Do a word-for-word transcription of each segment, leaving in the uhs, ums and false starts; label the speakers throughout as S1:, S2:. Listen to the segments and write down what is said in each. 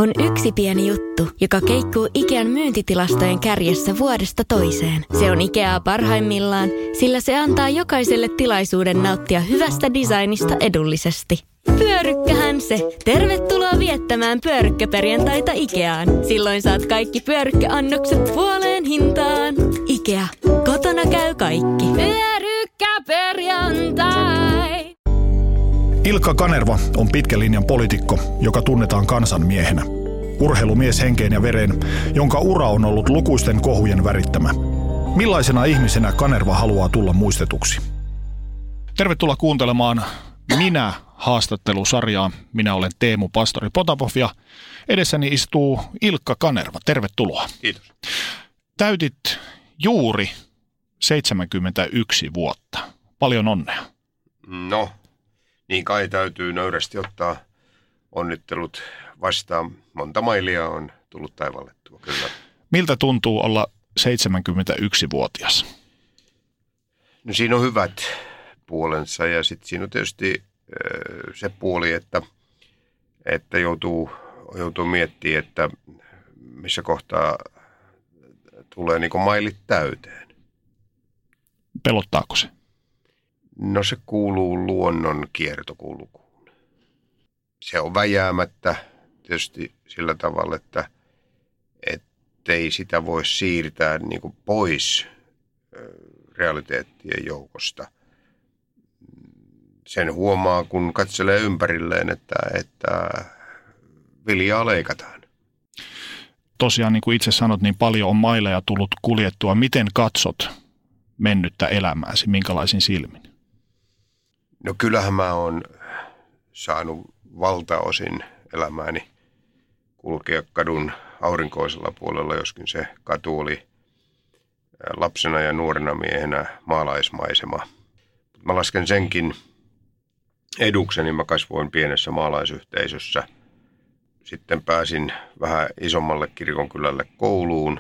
S1: on yksi pieni juttu, joka keikkuu Ikean myyntitilastojen kärjessä vuodesta toiseen. Se on Ikeaa parhaimmillaan, sillä se antaa jokaiselle tilaisuuden nauttia hyvästä designista edullisesti. Pyörykkähän se! Tervetuloa viettämään pyörykkäperjantaita Ikeaan. Silloin saat kaikki pyörykkäannokset puoleen hintaan. Ikea. Kotona käy kaikki. Pyörykkäperjantai!
S2: Ilkka Kanerva on pitkän linjan poliitikko, joka tunnetaan kansanmiehenä. Urheilumies henkeen ja vereen, jonka ura on ollut lukuisten kohujen värittämä. Millaisena ihmisenä Kanerva haluaa tulla muistetuksi? Tervetuloa kuuntelemaan Minä haastattelusarjaa. Minä olen Teemu Pastori Potapov ja edessäni istuu Ilkka Kanerva. Tervetuloa.
S3: Kiitos.
S2: Täytit juuri seitsemänkymmentäyksi vuotta. Paljon onnea.
S3: No, niin kai täytyy nöyrästi ottaa onnittelut vastaan. Monta mailia on tullut taivallettua, kyllä.
S2: Miltä tuntuu olla seitsemänkymmentäyksivuotias?
S3: No siinä on hyvät puolensa ja sitten siinä on tietysti se puoli, että, että joutuu, joutuu miettimään, että missä kohtaa tulee niin kuin mailit täyteen.
S2: Pelottaako se?
S3: No se kuuluu luonnon kiertokulkuun. Se on väjäämättä tietysti sillä tavalla, että ettei sitä voi siirtää niin kuin pois realiteettien joukosta. Sen huomaa, kun katselee ympärilleen, että, että viljaa leikataan.
S2: Tosiaan, niin kuin itse sanot, niin paljon on maileja tullut kuljettua. Miten katsot mennyttä elämääsi? Minkälaisin silmin?
S3: No kyllähän mä oon saanut valtaosin elämääni kulkea kadun aurinkoisella puolella, joskin se katu oli lapsena ja nuorena miehenä maalaismaisema. Mä lasken senkin edukseni, mä kasvoin pienessä maalaisyhteisössä. Sitten pääsin vähän isommalle kirkonkylälle kouluun.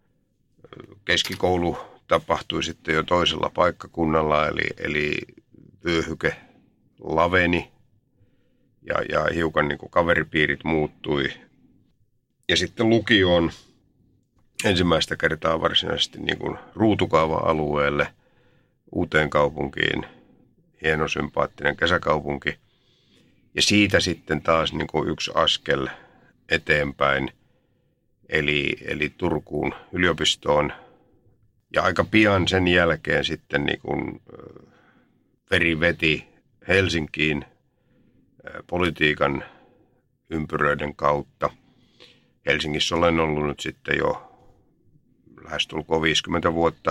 S3: Keskikoulu tapahtui sitten jo toisella paikkakunnalla, eli, eli vyöhyke laveni ja, ja hiukan niin kuin kaveripiirit muuttui. Ja sitten lukioon ensimmäistä kertaa varsinaisesti niin kuin Ruutukaava-alueelle, uuteen kaupunkiin, hieno sympaattinen kesäkaupunki. Ja siitä sitten taas niin kuin yksi askel eteenpäin, eli, eli Turkuun yliopistoon. Ja aika pian sen jälkeen sitten niin kuin veri veti Helsinkiin politiikan ympyröiden kautta. Helsingissä olen ollut nyt sitten jo lähestulkoon viisikymmentä vuotta.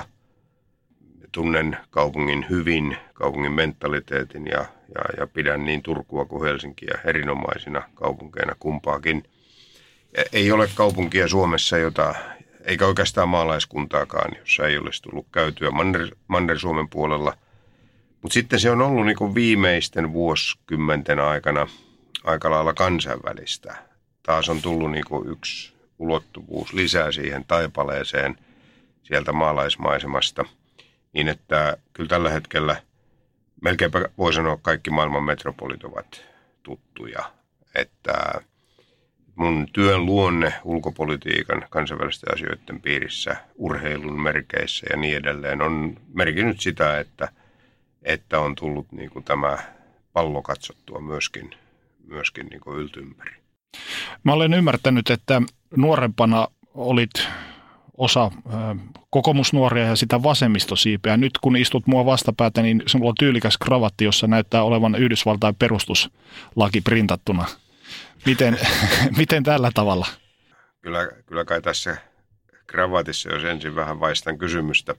S3: Tunnen kaupungin hyvin, kaupungin mentaliteetin ja, ja, ja pidän niin Turkua kuin Helsinkiä erinomaisina kaupunkeina kumpaakin. Ei ole kaupunkia Suomessa, jota, eikä oikeastaan maalaiskuntaakaan, jossa ei olisi tullut käytyä Manner, Manner-Suomen puolella. Mutta sitten se on ollut niin kuin viimeisten vuosikymmenten aikana aika lailla kansainvälistä. Taas on tullut niin kuin yksi ulottuvuus lisää siihen taipaleeseen sieltä maalaismaisemasta. Niin että kyllä tällä hetkellä melkeinpä voi sanoa kaikki maailman metropolit ovat tuttuja. Että mun työn luonne ulkopolitiikan, kansainvälisten asioiden piirissä, urheilun merkeissä ja niin edelleen on merkinnyt sitä, että, että on tullut niin kuin tämä pallo katsottua myöskin, myöskin niin kuin yltympäri.
S2: Mä olen ymmärtänyt, että nuorempana olit osa kokoomusnuoria ja sitä vasemmistosiipeä. Nyt kun istut mua vastapäätä, niin sinulla on tyylikäs kravatti, jossa näyttää olevan Yhdysvaltain perustuslaki printattuna. Miten, miten tällä tavalla?
S3: Kyllä, kyllä kai tässä kravatissa, jos ensin vähän vaistan kysymystä,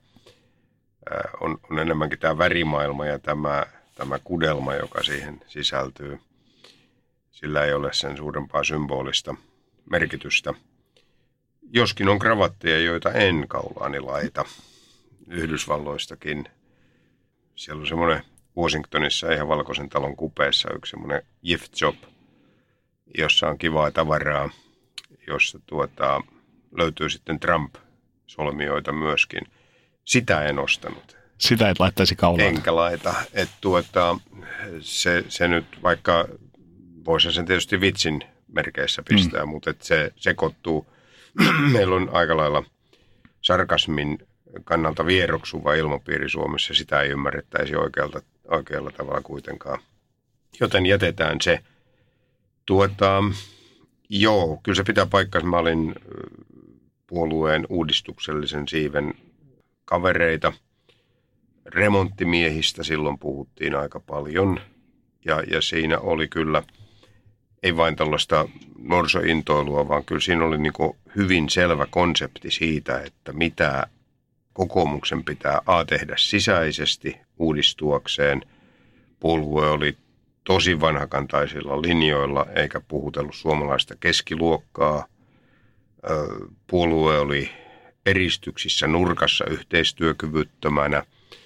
S3: on, on enemmänkin tämä värimaailma ja tämä, tämä kudelma, joka siihen sisältyy. Sillä ei ole sen suurempaa symbolista merkitystä. Joskin on kravatteja, joita en kaulaani laita. Yhdysvalloistakin. Siellä on semmoinen Washingtonissa ihan Valkoisen talon kupeessa yksi semmoinen gift shop, jossa on kivaa tavaraa, jossa tuota, löytyy sitten Trump-solmioita myöskin. Sitä en ostanut.
S2: Sitä et laittaisi kaulaan.
S3: Enkä laita. Et tuota, se, se nyt vaikka voisi sen tietysti vitsin merkeissä pistää, mm. mutta se sekoittuu. Meillä on aika lailla sarkasmin kannalta vieroksuva ilmapiiri Suomessa, sitä ei ymmärrettäisi oikealta, oikealla tavalla kuitenkaan. Joten jätetään se. Tuota, joo, kyllä se pitää paikkansa. Mä olin puolueen uudistuksellisen siiven kavereita. Remonttimiehistä silloin puhuttiin aika paljon ja, ja siinä oli kyllä, ei vain tällaista nuorisointoilua, vaan kyllä siinä oli niin kuin hyvin selvä konsepti siitä, että mitä kokoomuksen pitää A tehdä sisäisesti uudistuakseen. Puolue oli tosi vanhakantaisilla linjoilla eikä puhutellut suomalaista keskiluokkaa. Puolue oli eristyksissä nurkassa yhteistyökyvyttömänä.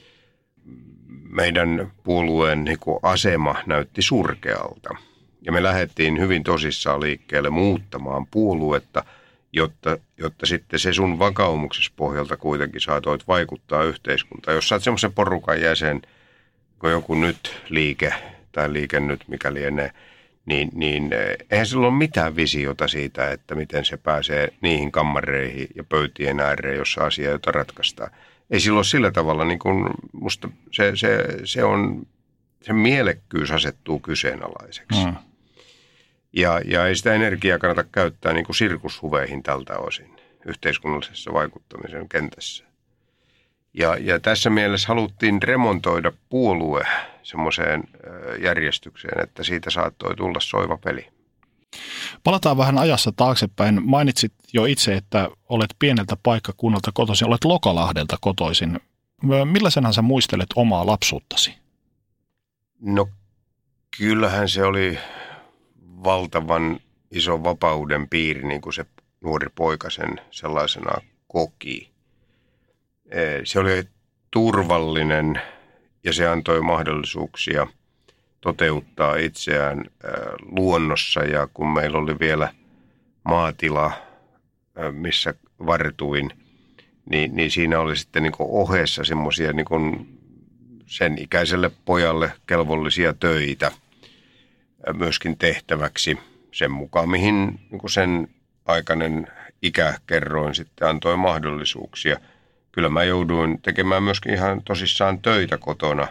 S3: Meidän puolueen niin kuin asema näytti surkealta. Ja me lähdettiin hyvin tosissaan liikkeelle muuttamaan puoluetta, jotta, jotta sitten se sun vakaumuksessa pohjalta kuitenkin saatoit vaikuttaa yhteiskuntaan. Jos sä oot semmoisen porukan jäsen, kun joku nyt liike tai liike nyt mikä lienee, niin, niin eihän sillä ole mitään visiota siitä, että miten se pääsee niihin kammareihin ja pöytien ääreen, jossa asioita ratkaistaan. Ei silloin sillä tavalla, niin kuin musta se, se, se, on, se mielekkyys asettuu kyseenalaiseksi. Mm. Ja, ja ei sitä energiaa kannata käyttää niin kuin sirkushuveihin tältä osin yhteiskunnallisessa vaikuttamisen kentässä. Ja, ja tässä mielessä haluttiin remontoida puolue semmoiseen järjestykseen, että siitä saattoi tulla soiva peli.
S2: Palataan vähän ajassa taaksepäin. Mainitsit jo itse, että olet pieneltä paikkakunnalta kotoisin, olet Lokalahdelta kotoisin. Millaisena sä muistelet omaa lapsuuttasi?
S3: No kyllähän se oli valtavan iso vapauden piiri, niin kuin se nuori poika sen sellaisena koki. Se oli turvallinen ja se antoi mahdollisuuksia toteuttaa itseään luonnossa. Ja kun meillä oli vielä maatila, missä vartuin, niin, niin siinä oli sitten niin kuin ohessa semmoisia niin kuin sen ikäiselle pojalle kelvollisia töitä myöskin tehtäväksi sen mukaan, mihin niin kuin sen aikainen ikäkerroin sitten antoi mahdollisuuksia. Kyllä mä jouduin tekemään myöskin ihan tosissaan töitä kotona.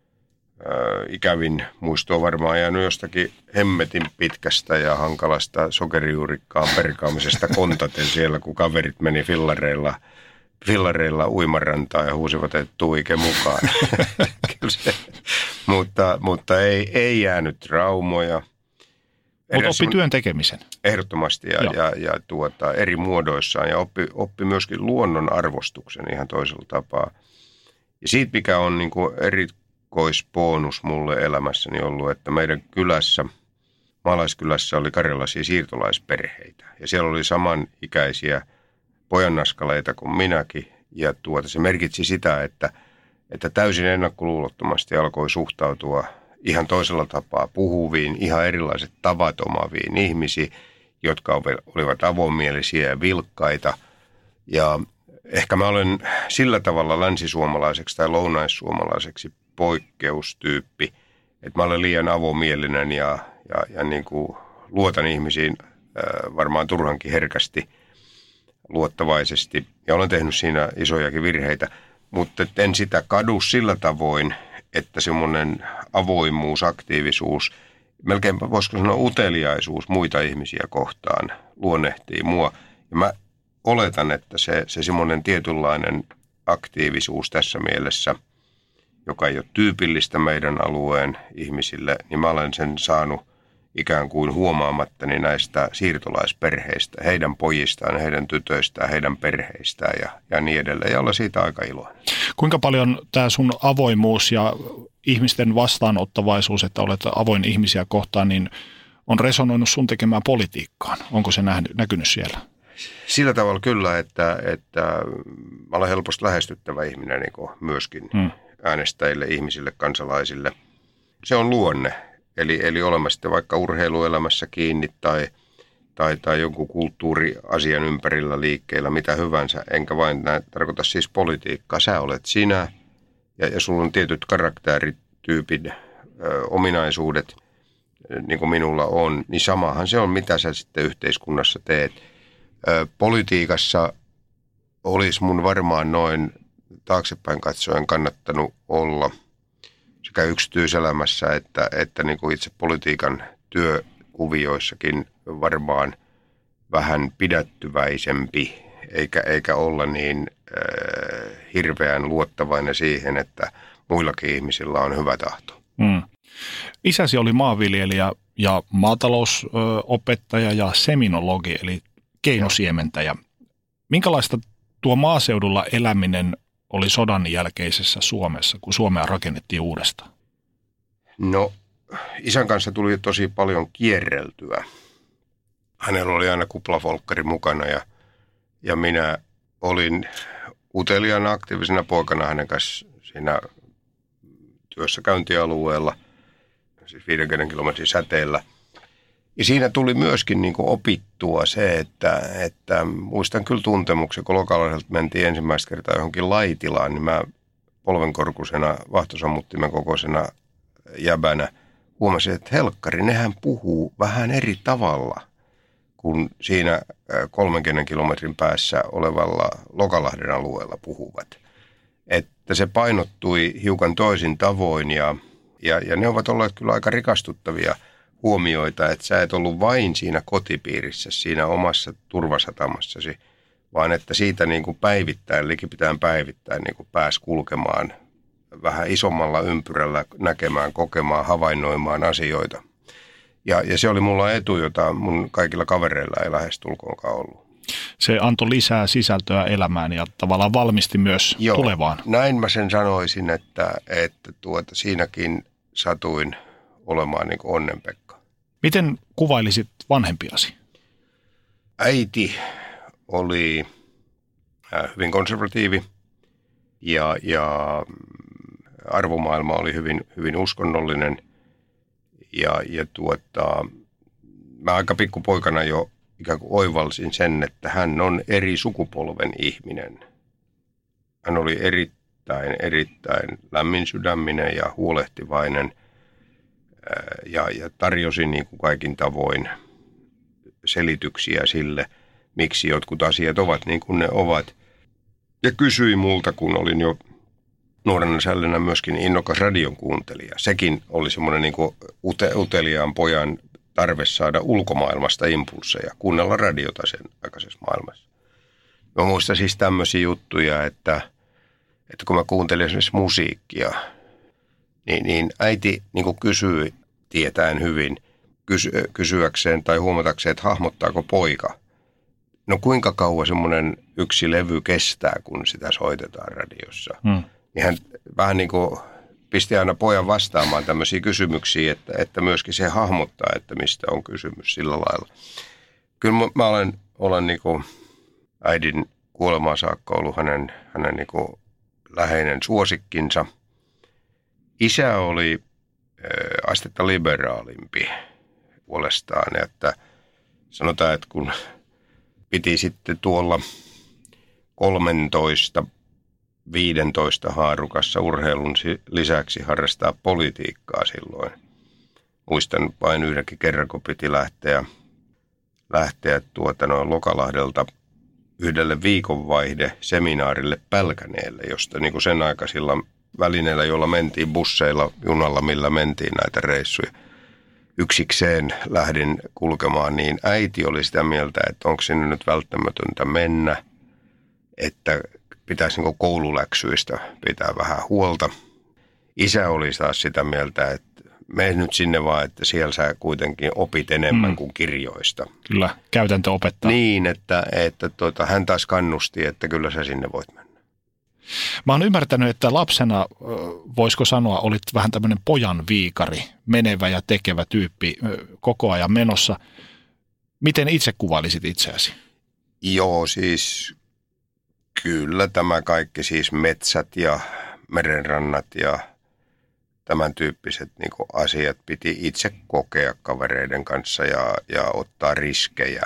S3: Ää, ikävin muisto on varmaan jäänyt jostakin hemmetin pitkästä ja hankalasta sokerijuurikkaan perkaamisesta kontaten siellä, kun kaverit meni fillareilla, fillareilla uimarantaan ja huusivat, että tuike mukaan. Kyllä se, mutta mutta ei, ei jäänyt traumoja.
S2: Mutta oppi työn tekemisen.
S3: Ehdottomasti ja, ja, ja tuota, eri muodoissaan ja oppi, oppi myöskin luonnon arvostuksen ihan toisella tapaa. Ja siitä, mikä on niin kuin erikoisbonus mulle elämässäni ollut, että meidän kylässä, maalaiskylässä oli karjalaisia siirtolaisperheitä. Ja siellä oli samanikäisiä pojannaskaleita kuin minäkin. Ja tuota, se merkitsi sitä, että, että täysin ennakkoluulottomasti alkoi suhtautua ihan toisella tapaa puhuviin, ihan erilaiset tavat omaviin ihmisiin, jotka olivat avomielisiä ja vilkkaita. Ja ehkä mä olen sillä tavalla länsisuomalaiseksi tai lounaissuomalaiseksi poikkeustyyppi, että mä olen liian avomielinen ja, ja, ja niin kuin luotan ihmisiin äh, varmaan turhankin herkästi, luottavaisesti. Ja olen tehnyt siinä isojakin virheitä, mutta en sitä kadu sillä tavoin, että semmoinen avoimuus, aktiivisuus, melkein voisiko sanoa uteliaisuus muita ihmisiä kohtaan luonnehtii mua. Ja mä oletan, että se, se semmoinen tietynlainen aktiivisuus tässä mielessä, joka ei ole tyypillistä meidän alueen ihmisille, niin mä olen sen saanut ikään kuin huomaamattani näistä siirtolaisperheistä, heidän pojistaan, heidän tytöistään, heidän perheistään ja, ja niin edelleen. Ja olla siitä aika iloinen. Kuinka paljon tämä sun avoimuus ja ihmisten vastaanottavaisuus, että olet avoin ihmisiä kohtaan, niin on resonoinut sun tekemään politiikkaan? Onko se nähnyt, näkynyt siellä? Sillä tavalla kyllä, että, että mä olen helposti lähestyttävä ihminen niin kuin myöskin hmm. äänestäjille, ihmisille, kansalaisille. Se on luonne. Eli, eli olemme sitten vaikka urheiluelämässä kiinni tai, tai, tai jonkun kulttuuriasian ympärillä liikkeellä, mitä hyvänsä. Enkä vain näin, tarkoita siis politiikkaa. Sä olet sinä ja, ja sulla on tietyt karakterityypin ö, ominaisuudet, niin kuin minulla on, niin samahan se on, mitä sä sitten yhteiskunnassa teet. Ö, politiikassa olisi mun varmaan noin taaksepäin katsoen kannattanut olla sekä yksityiselämässä että, että niin kuin itse politiikan työkuvioissakin varmaan vähän pidättyväisempi, eikä, eikä olla niin äh, hirveän luottavainen siihen, että muillakin ihmisillä on hyvä tahto.
S2: Mm. Isäsi oli maanviljelijä ja maatalousopettaja ja seminologi, eli keinosiementäjä. Minkälaista tuo maaseudulla eläminen oli sodan jälkeisessä Suomessa, kun Suomea rakennettiin uudestaan?
S3: No, isän kanssa tuli tosi paljon kierreltyä. Hänellä oli aina kuplafolkkari mukana ja, ja minä olin uteliaana aktiivisena poikana hänen kanssa siinä työssäkäyntialueella, siis viidenkymmenen kilometrin säteellä. Ja siinä tuli myöskin niin kuin opittua se, että, että muistan kyllä tuntemuksen, kun Lokalaiselta mentiin ensimmäistä kertaa johonkin Laitilaan, niin mä polvenkorkusena, vahtosammuttimen kokoisena jäbänä huomasin, että helkkari, nehän puhuu vähän eri tavalla kuin siinä kolmenkymmenen kilometrin päässä olevalla Lokalahden alueella puhuvat. Että se painottui hiukan toisin tavoin ja, ja, ja ne ovat olleet kyllä aika rikastuttavia huomioita, että sä et ollut vain siinä kotipiirissä, siinä omassa turvasatamassasi, vaan että siitä niin kuin päivittäin, likipitään päivittäin niin kuin pääsi kulkemaan vähän isommalla ympyrällä, näkemään, kokemaan, havainnoimaan asioita. Ja, ja se oli mulla etu, jota mun kaikilla kavereilla ei lähestulkoonkaan ollut.
S2: Se antoi lisää sisältöä elämään ja tavallaan valmisti myös
S3: Joo,
S2: tulevaan.
S3: Näin mä sen sanoisin, että, että tuota, siinäkin satuin olemaan niin kuin onnenpekka.
S2: Miten kuvailisit vanhempiasi?
S3: Äiti oli hyvin konservatiivi ja, ja arvomaailma oli hyvin, hyvin uskonnollinen. Ja, ja tuota, mä aika pikkupoikana jo ikään kuin oivalsin sen, että hän on eri sukupolven ihminen. Hän oli erittäin, erittäin lämminsydäminen ja huolehtivainen ja, ja tarjosi niin kuin kaikin tavoin selityksiä sille, miksi jotkut asiat ovat niin kuin ne ovat. Ja kysyi multa, kun olin jo nuorena sällynä myöskin innokas radion kuuntelija. Sekin oli semmoinen niin kuin ute, uteliaan pojan tarve saada ulkomaailmasta impulseja, kuunnella radiota sen aikaisessa maailmassa. Mä muistan siis tämmöisiä juttuja, että, että kun mä kuuntelin esimerkiksi musiikkia, niin, niin äiti niin kuin kysyi tietäen hyvin, kysy, kysyäkseen tai huomatakseen, että hahmottaako poika. No kuinka kauan semmoinen yksi levy kestää, kun sitä soitetaan radiossa. Hmm. Niin hän vähän niin kuin pisti aina pojan vastaamaan tämmöisiä kysymyksiä, että, että myöskin se hahmottaa, että mistä on kysymys sillä lailla. Kyllä mä, mä olen, olen niin kuin äidin kuolemaan saakka ollut hänen, hänen niin kuin läheinen suosikkinsa. Isä oli ä, astetta liberaalimpi puolestaan, että sanotaan, että kun piti sitten tuolla kolmentoista viidentoista haarukassa urheilun lisäksi harrastaa politiikkaa silloin. Muistan vain yhdenkin kerran, kun piti lähteä, lähteä tuota noin Lokalahdelta yhdelle viikonvaihde seminaarille Pälkäneelle, josta niin kuin sen aikaisilla välineillä, joilla mentiin busseilla, junalla, millä mentiin näitä reissuja. Yksikseen lähdin kulkemaan, niin äiti oli sitä mieltä, että onko sinne nyt välttämätöntä mennä, että pitäisi niin koululäksyistä pitää vähän huolta. Isä oli taas sitä mieltä, että mene nyt sinne vaan, että siellä sä kuitenkin opit enemmän mm. kuin kirjoista.
S2: Kyllä, käytäntö opettaa.
S3: Niin, että, että tuota, hän taas kannusti, että kyllä sä sinne voit mennä.
S2: Mä oon ymmärtänyt, että lapsena, voisiko sanoa, olit vähän tämmöinen pojan viikari, menevä ja tekevä tyyppi koko ajan menossa. Miten itse kuvailisit itseäsi?
S3: Joo, siis kyllä tämä kaikki, siis metsät ja merenrannat ja tämän tyyppiset niin kuin asiat piti itse kokea kavereiden kanssa ja, ja ottaa riskejä.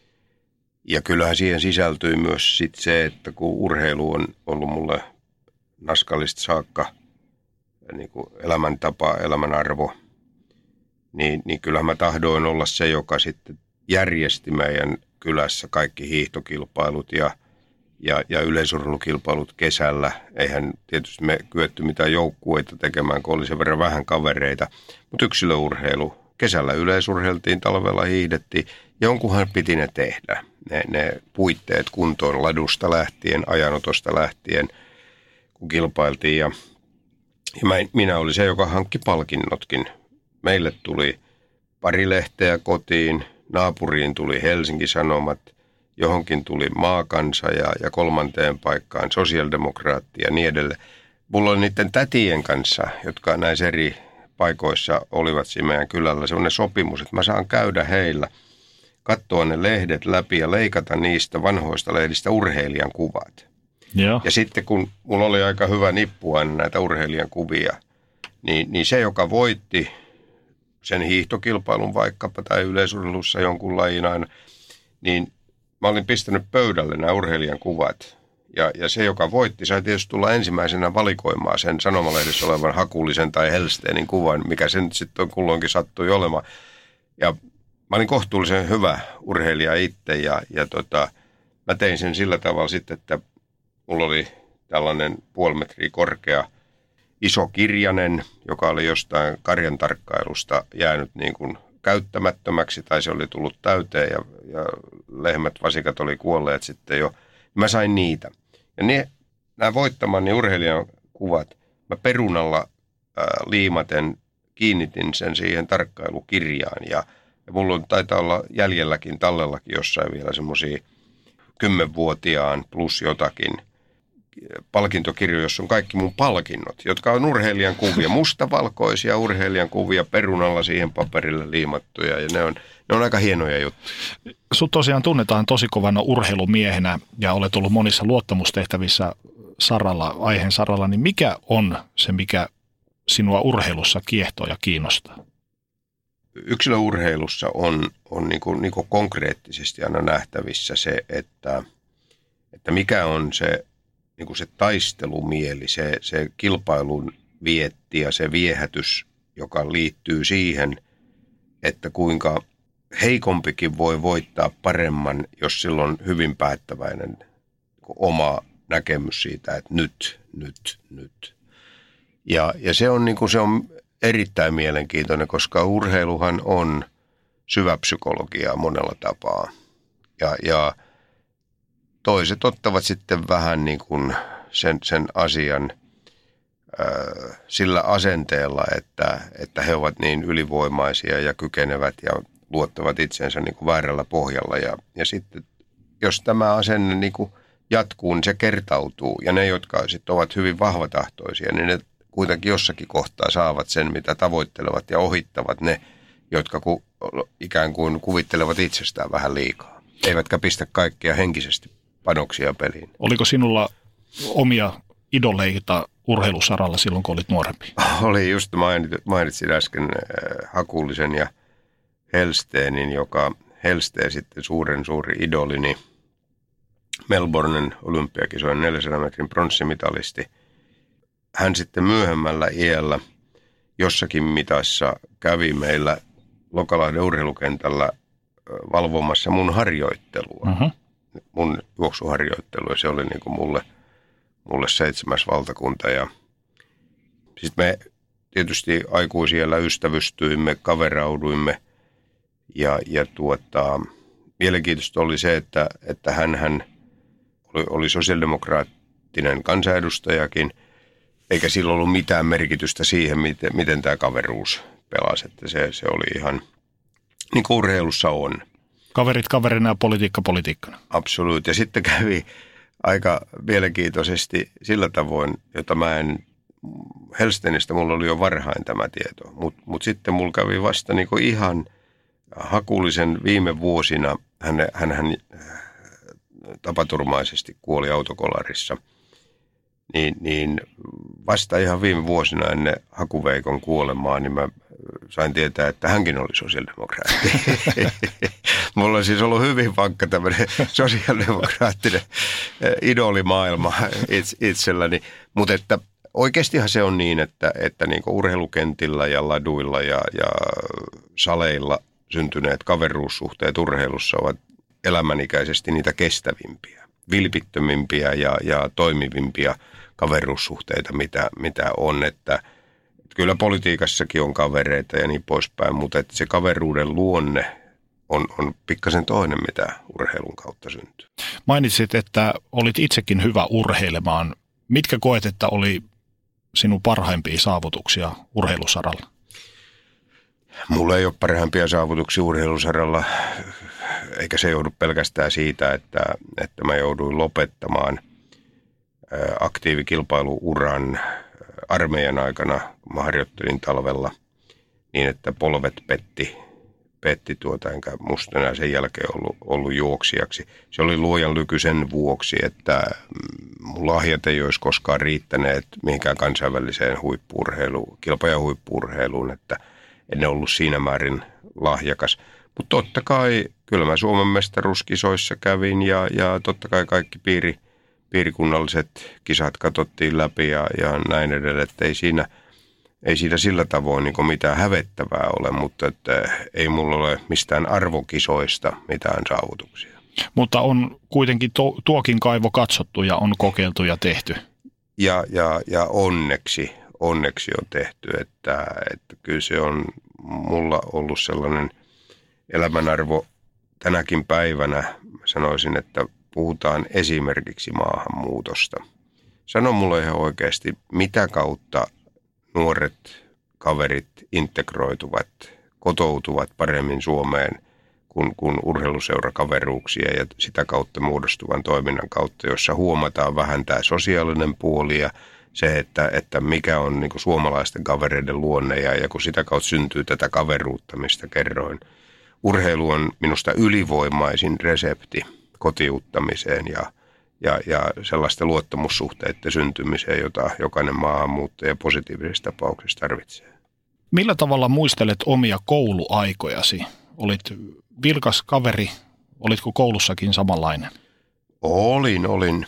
S3: Ja kyllähän siihen sisältyy myös sit se, että kun urheilu on ollut mulle naskallista saakka niin kuin elämäntapa, elämänarvo, niin, niin kyllähän mä tahdoin olla se, joka sitten järjesti meidän kylässä kaikki hiihtokilpailut ja, ja, ja yleisurheilukilpailut kesällä. Eihän tietysti me kyetty mitään joukkueita tekemään, kun oli sen verran vähän kavereita, mutta yksilöurheilu. Kesällä yleisurheiltiin, talvella hiihdettiin, jonkunhan piti ne tehdä. Ne, ne puitteet kuntoon ladusta lähtien, ajanotosta lähtien, kun kilpailtiin. Ja, ja mä, minä olin se, joka hankki palkinnotkin. Meille tuli pari lehteä kotiin, naapuriin tuli Helsingin Sanomat, johonkin tuli Maakansa ja, ja kolmanteen paikkaan sosiaalidemokraatti ja niin edelleen. Mulla oli niiden tätien kanssa, jotka näissä eri paikoissa olivat siinä meidän kylällä, sellainen sopimus, että mä saan käydä heillä, katsoa ne lehdet läpi ja leikata niistä vanhoista lehdistä urheilijan kuvat.
S2: Joo.
S3: Ja sitten kun mulla oli aika hyvä nippua näitä urheilijan kuvia, niin, niin se, joka voitti sen hiihtokilpailun vaikkapa tai yleisurheilussa jonkun lajin aina, niin mä olin pistänyt pöydälle nämä urheilijan kuvat. Ja, ja se, joka voitti, sai tietysti tulla ensimmäisenä valikoimaan sen sanomalehdessä olevan Hakulisen tai Hellstenin kuvan, mikä sen sitten kulloinkin sattui olemaan. Ja mä olin kohtuullisen hyvä urheilija itse ja, ja tota, mä tein sen sillä tavalla sitten, että mulla oli tällainen puoli metriä korkea iso kirjanen, joka oli jostain karjan tarkkailusta jäänyt niin kuin käyttämättömäksi tai se oli tullut täyteen ja, ja lehmät, vasikat oli kuolleet sitten jo. Mä sain niitä. Ja ne, nämä voittamani urheilijan kuvat, mä perunalla ää, liimaten kiinnitin sen siihen tarkkailukirjaan. Ja, ja mulla on, taitaa olla jäljelläkin, tallellakin jossain vielä semmoisia kymmenvuotiaan plus jotakin palkintokirjoja, jossa on kaikki mun palkinnot, jotka on urheilijan kuvia, mustavalkoisia urheilijan kuvia perunalla siihen paperille liimattuja. Ja ne on, ne on aika hienoja juttuja.
S2: Sut tosiaan tunnetaan tosi kovana urheilumiehenä ja olet ollut monissa luottamustehtävissä saralla, aiheen saralla, niin mikä on se, mikä sinua urheilussa kiehtoo ja kiinnostaa?
S3: Yksilöurheilussa on, on niin kuin, niin kuin konkreettisesti aina nähtävissä se, että, että mikä on se, niin kuin se taistelumieli, se, se kilpailun vietti ja se viehätys, joka liittyy siihen, että kuinka heikompikin voi voittaa paremman, jos silloin on hyvin päättäväinen oma näkemys siitä, että nyt, nyt, nyt. Ja, ja se, on, niin kuin, se on erittäin mielenkiintoinen, koska urheiluhan on syväpsykologiaa monella tapaa. Ja, ja toiset ottavat sitten vähän niin kuin sen, sen asian äh, sillä asenteella, että, että he ovat niin ylivoimaisia ja kykenevät ja luottavat itseensä niin kuin väärällä pohjalla. Ja, ja sitten jos tämä asenne niin kuin jatkuu, niin se kertautuu. Ja ne, jotka sitten ovat hyvin vahvatahtoisia, niin ne kuitenkin jossakin kohtaa saavat sen, mitä tavoittelevat ja ohittavat ne, jotka ku, ikään kuin kuvittelevat itsestään vähän liikaa. Eivätkä pistä kaikkia henkisesti panoksia peliin.
S2: Oliko sinulla omia idoleita urheilusaralla silloin, kun olit nuorempi?
S3: Oli just, mainitsin, mainitsin äsken äh, Hakulisen ja Hellstenin, joka Hellsten sitten suuren suuri idolini, Melbournen olympiakisojen neljänsadan metrin pronssimitalisti. Hän sitten myöhemmällä iällä jossakin mitassa kävi meillä Lokalahden urheilukentällä valvomassa mun harjoittelua. Uh-huh. Mun juoksuharjoittelu, ja se oli niin kuin mulle, mulle seitsemäs valtakunta. Ja sitten me tietysti aikuisiellä ystävystyimme, kaverauduimme, ja, ja tuota, mielenkiintoista oli se, että, että hänhän oli, oli sosiaalidemokraattinen kansanedustajakin, eikä sillä ollut mitään merkitystä siihen, miten, miten tämä kaveruus pelasi. Että se, se oli ihan niin kuin urheilussa on.
S2: Kaverit kaverina ja politiikka politiikkana.
S3: Absoluut. Ja sitten kävi aika mielenkiintoisesti sillä tavoin, jota mä en, Hellstenistä mulla oli jo varhain tämä tieto, mutta mut sitten mulla kävi vasta niin kuin ihan Hakulisen viime vuosina, hän, hän, hän tapaturmaisesti kuoli autokolarissa, niin, niin vasta ihan viime vuosina ennen Hakuveikon kuolemaa, niin mä sain tietää, että hänkin oli sosiaalidemokraatti. Mulla on siis ollut hyvin vankka tämmöinen sosiaalidemokraattinen idolimaailma itselläni, mutta että oikeastihan se on niin, että, että niin kuin urheilukentillä ja laduilla ja, ja saleilla syntyneet kaveruussuhteet urheilussa ovat elämänikäisesti niitä kestävimpiä, vilpittömimpiä ja, ja toimivimpia kaveruussuhteita, mitä, mitä on. Että, että kyllä politiikassakin on kavereita ja niin poispäin, mutta että se kaveruuden luonne on, on pikkasen toinen, mitä urheilun kautta syntyy.
S2: Mainitsit, että olit itsekin hyvä urheilemaan. Mitkä koet, että oli sinun parhaimpia saavutuksia urheilusaralla?
S3: Mulla ei ole parhaimpia saavutuksia urheilusaralla, eikä se joudu pelkästään siitä, että, että mä jouduin lopettamaan aktiivikilpailuuran armeijan aikana, kun mä harjoittelin talvella niin, että polvet petti, petti tuota, enkä musta enää sen jälkeen ollut, ollut juoksijaksi. Se oli luojan lyky sen vuoksi, että mun lahjat ei olisi koskaan riittäneet mihinkään kansainväliseen huippu-urheiluun, kilpa- ja huippu-urheiluun, että en ollut siinä määrin lahjakas. Mutta totta kai, kyllä mä Suomen mestaruuskisoissa kävin ja, ja totta kai kaikki piiri, piirikunnalliset kisat katsottiin läpi ja, ja näin edelleen, että ei siinä, ei siinä sillä tavoin niin mitään hävettävää ole, mutta että ei mulla ole mistään arvokisoista mitään saavutuksia.
S2: Mutta on kuitenkin to, tuokin kaivo katsottu ja on kokeiltu ja tehty.
S3: Ja, ja, ja onneksi, onneksi on tehty, että, että kyllä se on mulla ollut sellainen elämänarvo tänäkin päivänä. Sanoisin, että puhutaan esimerkiksi maahanmuutosta. Sano mulle ihan oikeasti, mitä kautta nuoret kaverit integroituvat, kotoutuvat paremmin Suomeen kuin, kuin urheiluseurakaveruuksia ja sitä kautta muodostuvan toiminnan kautta, jossa huomataan vähän tämä sosiaalinen puoli ja se, että, että mikä on niin kuin suomalaisten kavereiden luonne ja, ja kun sitä kautta syntyy tätä kaveruutta, mistä kerroin. Urheilu on minusta ylivoimaisin resepti kotiuttamiseen ja, ja, ja sellaisten luottamussuhteiden syntymiseen, jota jokainen maahanmuuttaja positiivisessa tapauksessa tarvitsee.
S2: Millä tavalla muistelet omia kouluaikojasi? Olit vilkas kaveri, olitko koulussakin samanlainen?
S3: Olin, olin,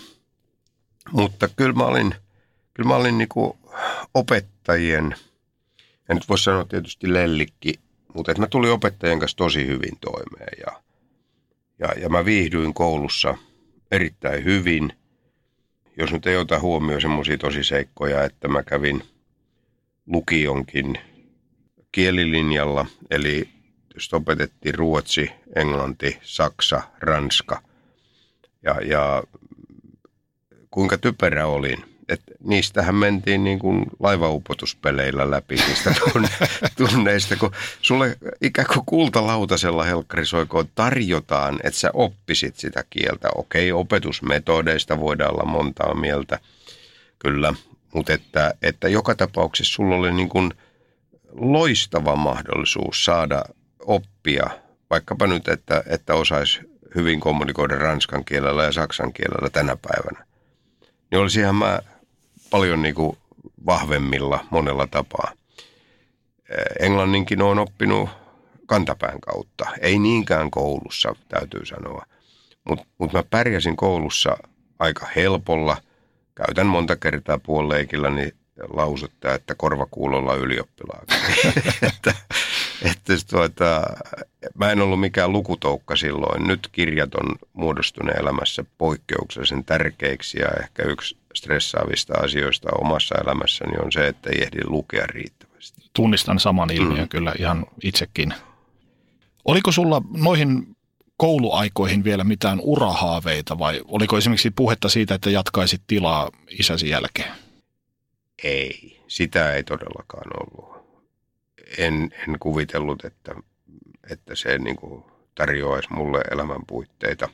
S3: mutta kyllä mä olin, kyllä mä olin niin kuin opettajien, en nyt voi sanoa tietysti lellikki, mutta että mä tulin opettajien kanssa tosi hyvin toimeen ja, ja, ja mä viihdyin koulussa erittäin hyvin. Jos nyt ei ota huomioon semmoisia tosiseikkoja, että mä kävin lukionkin kielilinjalla, eli jos opetettiin ruotsi, englanti, saksa, ranska ja, ja kuinka typerä olin. Että niistähän mentiin niin kuin laivaupotuspeleillä läpi niistä tunneista, kun sulle ikään kuin kultalautasella helkkarisoikoon tarjotaan, että sä oppisit sitä kieltä. Okei, opetusmetodeista voidaan olla montaa mieltä, kyllä, mutta että, että joka tapauksessa sulla oli niin kuin loistava mahdollisuus saada oppia, vaikkapa nyt, että, että osaisi hyvin kommunikoida ranskan kielellä ja saksan kielellä tänä päivänä. Niin olisihan mä paljon niin kuin vahvemmilla monella tapaa. Englanninkin olen oppinut kantapään kautta. Ei niinkään koulussa, täytyy sanoa. Mutta mut mä pärjäsin koulussa aika helpolla. Käytän monta kertaa puolileikilläni lausetta, että korvakuulolla ylioppilaaksi. että, että tuota, mä en ollut mikään lukutoukka silloin. Nyt kirjat on muodostunut elämässä poikkeuksellisen tärkeiksi ja ehkä yksi stressaavista asioista omassa elämässäni on se, että ei ehdi lukea riittävästi.
S2: Tunnistan saman ilmiön mm. kyllä ihan itsekin. Oliko sulla noihin kouluaikoihin vielä mitään urahaaveita vai oliko esimerkiksi puhetta siitä, että jatkaisit tilaa isäsi jälkeen?
S3: Ei, sitä ei todellakaan ollut. En, en kuvitellut, että, että se niin kuin tarjoaisi mulle elämän puitteita.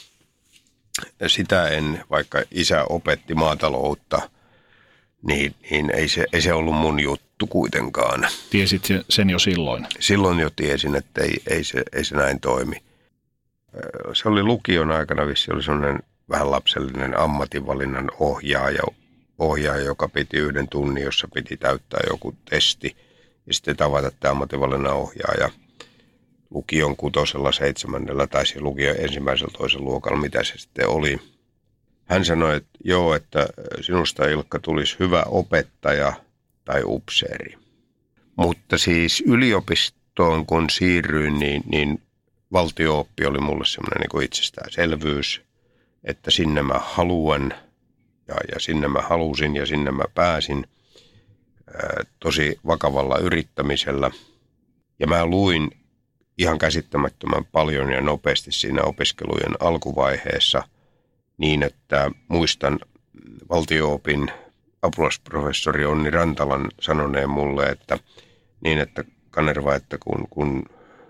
S3: Sitä en, vaikka isä opetti maataloutta, niin, niin ei, se, ei se ollut mun juttu kuitenkaan.
S2: Tiesit sen jo silloin? Silloin
S3: jo tiesin, että ei, ei, se, ei se näin toimi. Se oli lukion aikana vissi, oli sellainen vähän lapsellinen ammatinvalinnan ohjaaja, ohjaaja, joka piti yhden tunnin, jossa piti täyttää joku testi ja sitten tavata tämä ammatinvalinnan ohjaaja lukion kutosella, seitsemännellä tai lukion ensimmäisellä toisen luokalla, mitä se sitten oli. hän sanoi, että joo, että sinusta Ilkka tulisi hyvä opettaja tai upseeri. Mutta siis yliopistoon kun siirryin, niin, niin valtio-oppi oli mulle semmoinen niin kuin itsestäänselvyys, että sinne mä haluan ja, ja sinne mä halusin ja sinne mä pääsin ää, tosi vakavalla yrittämisellä. Ja mä luin ihan käsittämättömän paljon ja nopeasti siinä opiskelujen alkuvaiheessa niin, että muistan valtio-opin apulaisprofessori Onni Rantalan sanoneen mulle, että niin, että Kanerva, että kun, kun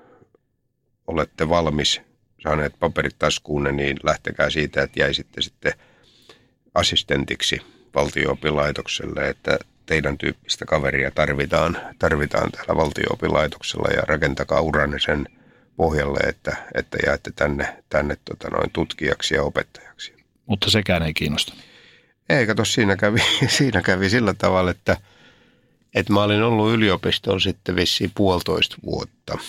S3: olette valmis saaneet paperit taskuunne, niin lähtekää siitä, että jäisitte sitten assistentiksi valtio-opilaitokselle, että teidän tyyppistä kaveria tarvitaan, tarvitaan täällä valtio-opilaitoksella ja rakentakaa uranne sen pohjalle, että, että jäätte tänne, tänne tota noin tutkijaksi ja opettajaksi.
S2: Mutta sekään ei kiinnosta.
S3: Ei, kato, siinä kävi, siinä kävi sillä tavalla, että, että mä olin ollut yliopistolla sitten vissiin puolitoista vuotta,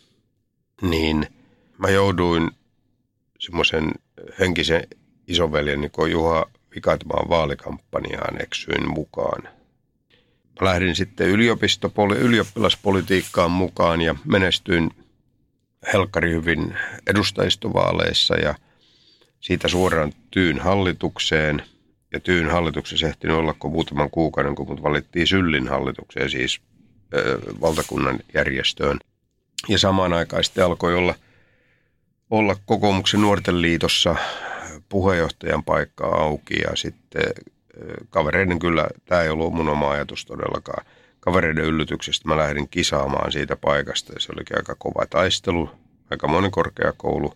S3: niin mä jouduin semmoisen henkisen isoveljeni kuin Juha Vikatmaan vaalikampanjaan eksyin mukaan. Mä lähdin sitten yliopistopoli- ylioppilaspolitiikkaan mukaan ja menestyin helkkari hyvin edustajistovaaleissa ja siitä suoraan Tyyn hallitukseen. Ja Tyyn hallituksessa ehtinyt olla kuin muutaman kuukauden, kun mut valittiin Syllin hallitukseen, siis ö, valtakunnan järjestöön. Ja samaan aikaan sitten alkoi olla, olla Kokoomuksen nuorten liitossa puheenjohtajan paikka auki ja sitten kavereiden kyllä, tämä ei ollut mun oma ajatus todellakaan, kavereiden yllytyksestä mä lähdin kisaamaan siitä paikasta ja se olikin aika kova taistelu, aika monen korkeakoulu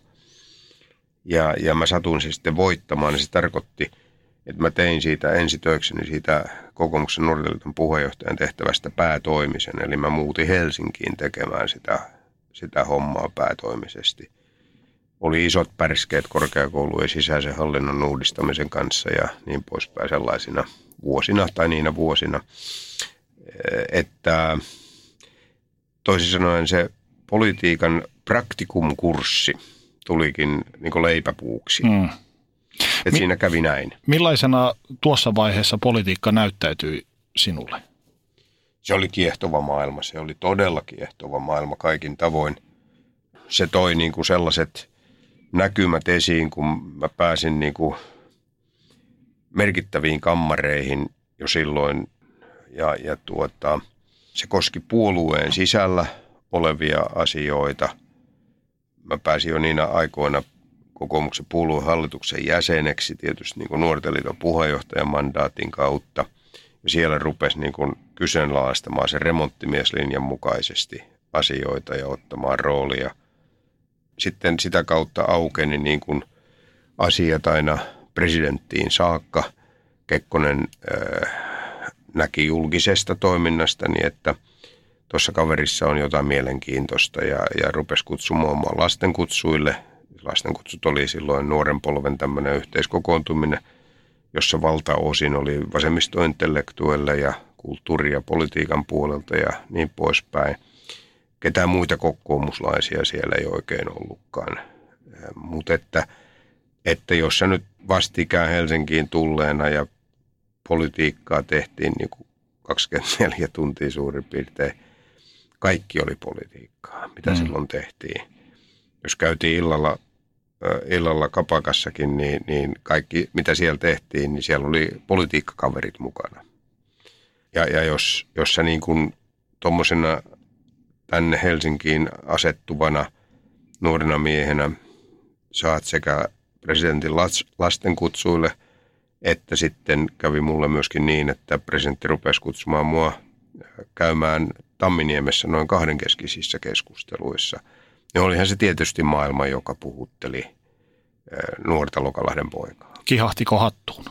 S3: ja, ja mä satuin se sitten voittamaan ja se tarkoitti, että mä tein siitä ensitöikseni siitä Kokoomuksen nuorten liiton puheenjohtajan tehtävästä päätoimisen, eli mä muutin Helsinkiin tekemään sitä, sitä hommaa päätoimisesti. Oli isot pärskeet korkeakoulujen sisäisen hallinnon uudistamisen kanssa ja niin poispäin sellaisina vuosina tai niinä vuosina, että toisin sanoen se politiikan praktikumkurssi tulikin niin kuin leipäpuuksi. Mm. Että Mi- siinä kävi näin.
S2: Millaisena tuossa vaiheessa politiikka näyttäytyi sinulle?
S3: Se oli kiehtova maailma, se oli todella kiehtova maailma kaikin tavoin. Se toi niin kuin sellaiset näkymät esiin, kun mä pääsin niin kuin merkittäviin kammareihin jo silloin. Ja, ja tuota, se koski puolueen sisällä olevia asioita. Mä pääsin jo niinä aikoina Kokoomuksen puoluehallituksen jäseneksi, tietysti niin kuin Nuorten liiton puheenjohtajan mandaatin kautta. Ja siellä rupesi niin kuin kyseenalaistamaan sen remonttimieslinjan mukaisesti asioita ja ottamaan roolia. Sitten sitä kautta aukeni niin kuin asiat aina presidenttiin saakka. Kekkonen äh, näki julkisesta toiminnastani, että tuossa kaverissa on jotain mielenkiintoista ja, ja rupesi kutsumaan mua lastenkutsuille. Lastenkutsut oli silloin nuoren polven tämmöinen yhteiskokoontuminen, jossa valtaosin oli vasemmistointellektuelle ja kulttuuri- ja politiikan puolelta ja niin poispäin. Ketään muita kokoomuslaisia siellä ei oikein ollutkaan. Mutta että, että jos sä nyt vastikään Helsinkiin tulleena ja politiikkaa tehtiin niin kuin kaksikymmentäneljä tuntia suurin piirtein, kaikki oli politiikkaa, mitä mm. silloin tehtiin. Jos käytiin illalla, illalla kapakassakin, niin, niin kaikki, mitä siellä tehtiin, niin siellä oli politiikkakaverit mukana. Ja, ja jos, jos sä niin kuin tommosena tänne Helsinkiin asettuvana nuorena miehenä saat sekä presidentin lastenkutsuille, että sitten kävi mulle myöskin niin, että presidentti rupesi kutsumaan mua käymään Tamminiemessä noin kahdenkeskisissä keskusteluissa. Ja olihan se tietysti maailma, joka puhutteli nuorta Lokalahden poikaa.
S2: Kihahtiko hattuun?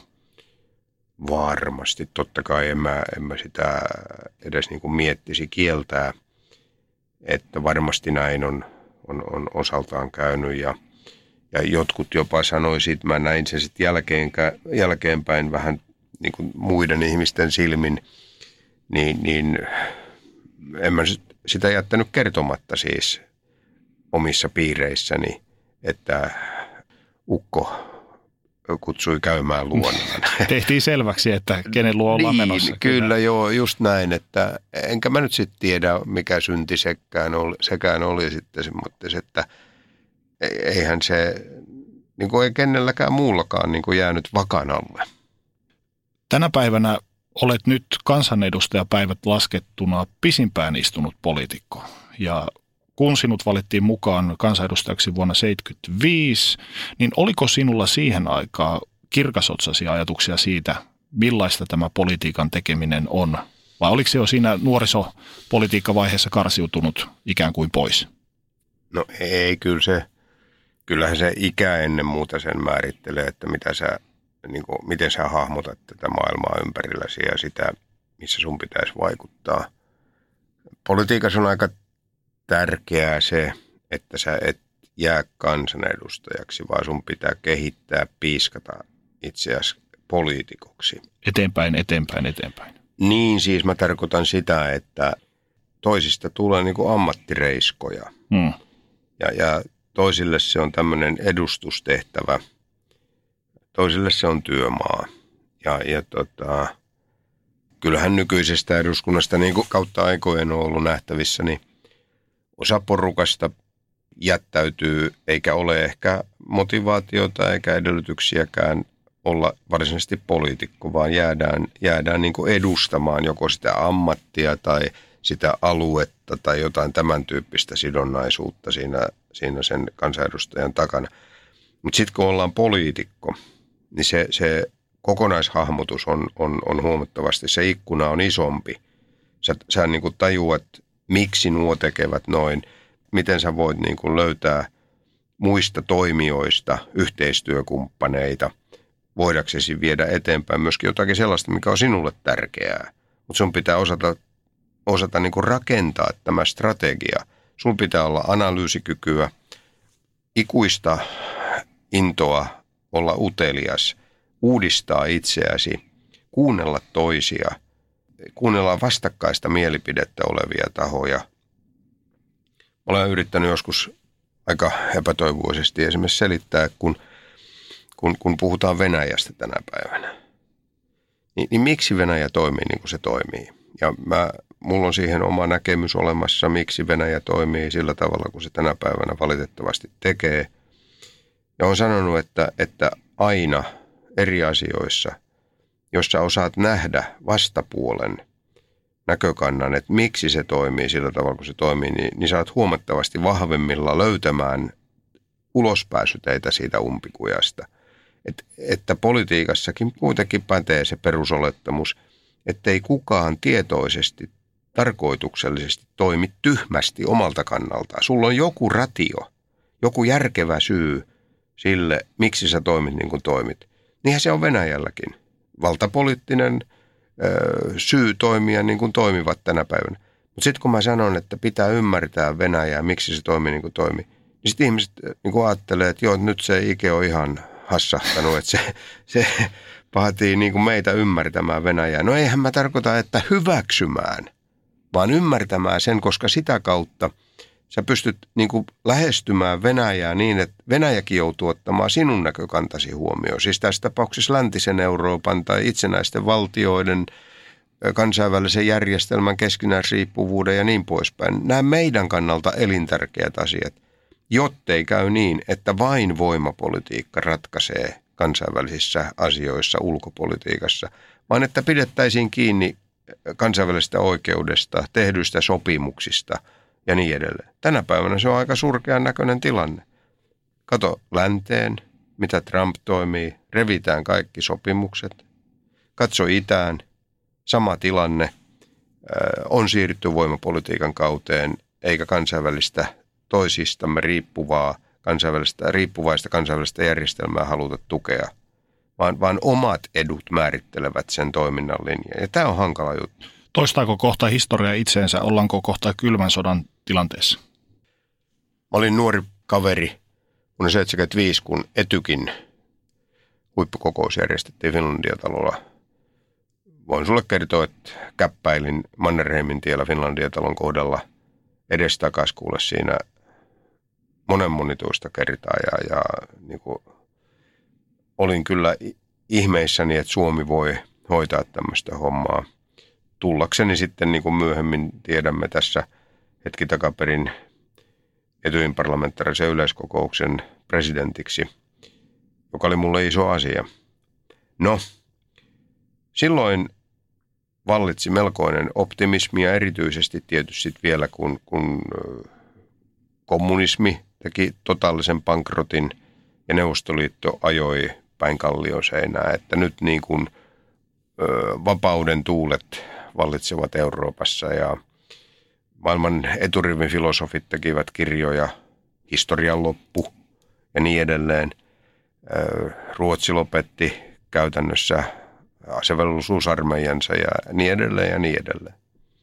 S3: Varmasti. Totta kai en mä, en mä sitä edes niin kuin miettisi kieltää, että varmasti näin on, on, on osaltaan käynyt. Ja, ja jotkut jopa sanoisivat, että mä näin sen sitten jälkeen, jälkeenpäin vähän niin kuin muiden ihmisten silmin, niin, niin en mä sitä jättänyt kertomatta siis omissa piireissäni, että ukko kutsui käymään luonaan.
S2: Tehtiin selväksi, että kenen luo ollaan
S3: niin,
S2: menossa.
S3: Kyllä, kyllä joo, just näin, että enkä mä nyt sitten tiedä, mikä synti sekään oli, sekään oli sitten se, mutta se, että eihän se, niin kuin ei kenelläkään muullakaan niin kuin jäänyt vakan alle.
S2: Tänä päivänä olet nyt kansanedustajapäivät laskettuna pisimpään istunut poliitikko ja kun sinut valittiin mukaan kansanedustajaksi vuonna seitsemänkymmentäviisi, niin oliko sinulla siihen aikaan kirkasotsaisia ajatuksia siitä, millaista tämä politiikan tekeminen on? Vai oliko se jo siinä nuorisopolitiikkavaiheessa karsiutunut ikään kuin pois?
S3: No ei, kyllä se, kyllähän se ikä ennen muuta sen määrittelee, että mitä sä, niin kuin, miten sä hahmotat tätä maailmaa ympärilläsi ja sitä, missä sun pitäisi vaikuttaa. Politiikassa on aika tärkeää se, että sä et jää kansanedustajaksi, vaan sun pitää kehittää, piiskata itseäsi poliitikoksi.
S2: Eteenpäin, eteenpäin, eteenpäin.
S3: Niin, siis mä tarkoitan sitä, että toisista tulee niin kuin ammattireiskoja. Hmm. Ja, ja toisille se on tämmöinen edustustehtävä, toisille se on työmaa. Ja, ja tota, kyllähän nykyisestä eduskunnasta niin kuin kautta aikojen on ollut nähtävissä, niin osa porukasta jättäytyy, eikä ole ehkä motivaatiota eikä edellytyksiäkään olla varsinaisesti poliitikko, vaan jäädään, jäädään niin kuin edustamaan joko sitä ammattia tai sitä aluetta tai jotain tämän tyyppistä sidonnaisuutta siinä, siinä sen kansanedustajan takana. Mutta sitten kun ollaan poliitikko, niin se, se kokonaishahmotus on, on, on huomattavasti, se ikkuna on isompi. Sä, sä niin kuin tajuat, miksi nuo tekevät noin, miten sä voit niin kuin löytää muista toimijoista yhteistyökumppaneita, voidaksesi viedä eteenpäin myöskin jotakin sellaista, mikä on sinulle tärkeää. Mutta sun pitää osata, osata niin kuin rakentaa tämä strategia. Sun pitää olla analyysikykyä, ikuista intoa, olla utelias, uudistaa itseäsi, kuunnella toisia, kuunnella vastakkaista mielipidettä olevia tahoja. Olen yrittänyt joskus aika epätoivoisesti esimerkiksi selittää, kun, kun, kun puhutaan Venäjästä tänä päivänä. Niin, niin miksi Venäjä toimii niin kuin se toimii? Ja mä, mulla on siihen oma näkemys olemassa, miksi Venäjä toimii sillä tavalla, kun se tänä päivänä valitettavasti tekee. Ja olen sanonut, että, että aina eri asioissa, jos sä osaat nähdä vastapuolen näkökannan, että miksi se toimii sillä tavalla, kun se toimii, niin, niin sä oot huomattavasti vahvemmilla löytämään ulospääsyteitä siitä umpikujasta. Et, että politiikassakin kuitenkin pätee se perusolettamus, ettei kukaan tietoisesti, tarkoituksellisesti toimi tyhmästi omalta kannaltaan. Sulla on joku ratio, joku järkevä syy sille, miksi sä toimit niin kuin toimit. Niinhän se on Venäjälläkin. Valtapoliittinen ö, syy toimia niin kuin toimivat tänä päivänä. Mutta sitten kun mä sanon, että pitää ymmärtää Venäjää, miksi se toimii niin kuin toimii, niin sitten ihmiset niin kuin ajattelee, että joo, nyt se Ike on ihan hassahtanut, että se, se vaatii niin kuin meitä ymmärtämään Venäjää. No eihän mä tarkoita, että hyväksymään, vaan ymmärtämään sen, koska sitä kautta sä pystyt niin kuin lähestymään Venäjää niin, että Venäjäkin joutuu ottamaan sinun näkökantasi huomioon. Siis tässä tapauksessa läntisen Euroopan tai itsenäisten valtioiden, kansainvälisen järjestelmän keskinäisriippuvuuden ja niin poispäin. Nämä meidän kannalta elintärkeät asiat, jottei käy niin, että vain voimapolitiikka ratkaisee kansainvälisissä asioissa, ulkopolitiikassa, vaan että pidettäisiin kiinni kansainvälisestä oikeudesta, tehdyistä sopimuksista ja niin edelleen. Tänä päivänä se on aika surkean näköinen tilanne. Kato länteen, mitä Trump toimii, revitään kaikki sopimukset. Katso itään, sama tilanne, on siirrytty voimapolitiikan kauteen, eikä kansainvälistä toisistamme riippuvaa, kansainvälistä, riippuvaista kansainvälistä järjestelmää haluta tukea, vaan, vaan omat edut määrittelevät sen toiminnan linjan. Ja tämä on hankala juttu.
S2: Toistaako kohta historia itseensä? Ollaanko kohta kylmän sodan tilanteessa?
S3: Mä olin nuori kaveri vuonna seitsemänkymmentäviisi, kun Etykin huippukokous järjestettiin Finlandia-talolla. Voin sulle kertoa, että käppäilin Mannerheimin tiellä Finlandia-talon kohdalla edestakas kuule siinä monen monituista kertaa ja, ja niin kuin olin kyllä ihmeissäni, että Suomi voi hoitaa tämmöistä hommaa. Tullakseni sitten, niin kuin myöhemmin tiedämme tässä hetki takaperin Etyjin parlamentaarisen yleiskokouksen presidentiksi, joka oli mulle iso asia. No, silloin vallitsi melkoinen optimismi ja erityisesti tietysti vielä, kun, kun kommunismi teki totaalisen bankrotin ja Neuvostoliitto ajoi päin kallion seinää, että nyt niin kuin ö, vapauden tuulet vallitsevat Euroopassa ja maailman eturivin filosofit tekivät kirjoja, historian loppu ja niin edelleen. Ö, Ruotsi lopetti käytännössä asevelvollisuusarmeijansa ja niin edelleen ja niin edelleen.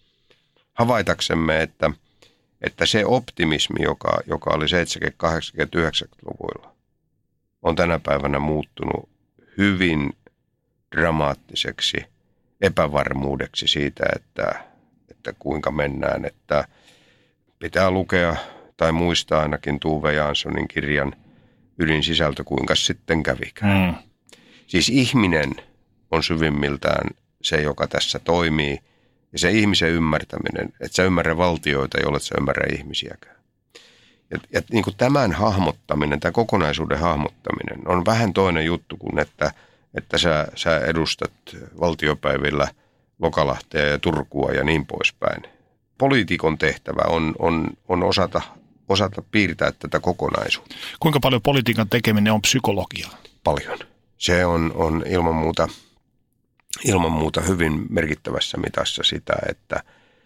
S3: Havaitaksemme, että, että se optimismi, joka, joka oli seitsemänkymmentä-, kahdeksankymmentä-, yhdeksänkymmentäluvuilla, on tänä päivänä muuttunut hyvin dramaattiseksi epävarmuudeksi siitä, että, että kuinka mennään. Että pitää lukea tai muistaa ainakin Tove Janssonin kirjan Ydinsisältö, kuinka sitten kävikään. Mm. Siis ihminen on syvimmiltään se, joka tässä toimii. Ja se ihmisen ymmärtäminen, että sä ymmärrä valtioita, jollet sä ymmärrä ihmisiäkään. Ja, ja niin kuin tämän hahmottaminen, tämän kokonaisuuden hahmottaminen on vähän toinen juttu kuin, että, että sä, sä edustat valtiopäivillä Lokalahtea ja Turkua ja niin poispäin. Poliitikon tehtävä on, on, on osata, osata piirtää tätä kokonaisuutta.
S2: Kuinka paljon politiikan tekeminen on psykologiaa?
S3: Paljon. Se on, on ilman muuta... ilman muuta hyvin merkittävässä mitassa sitä, että,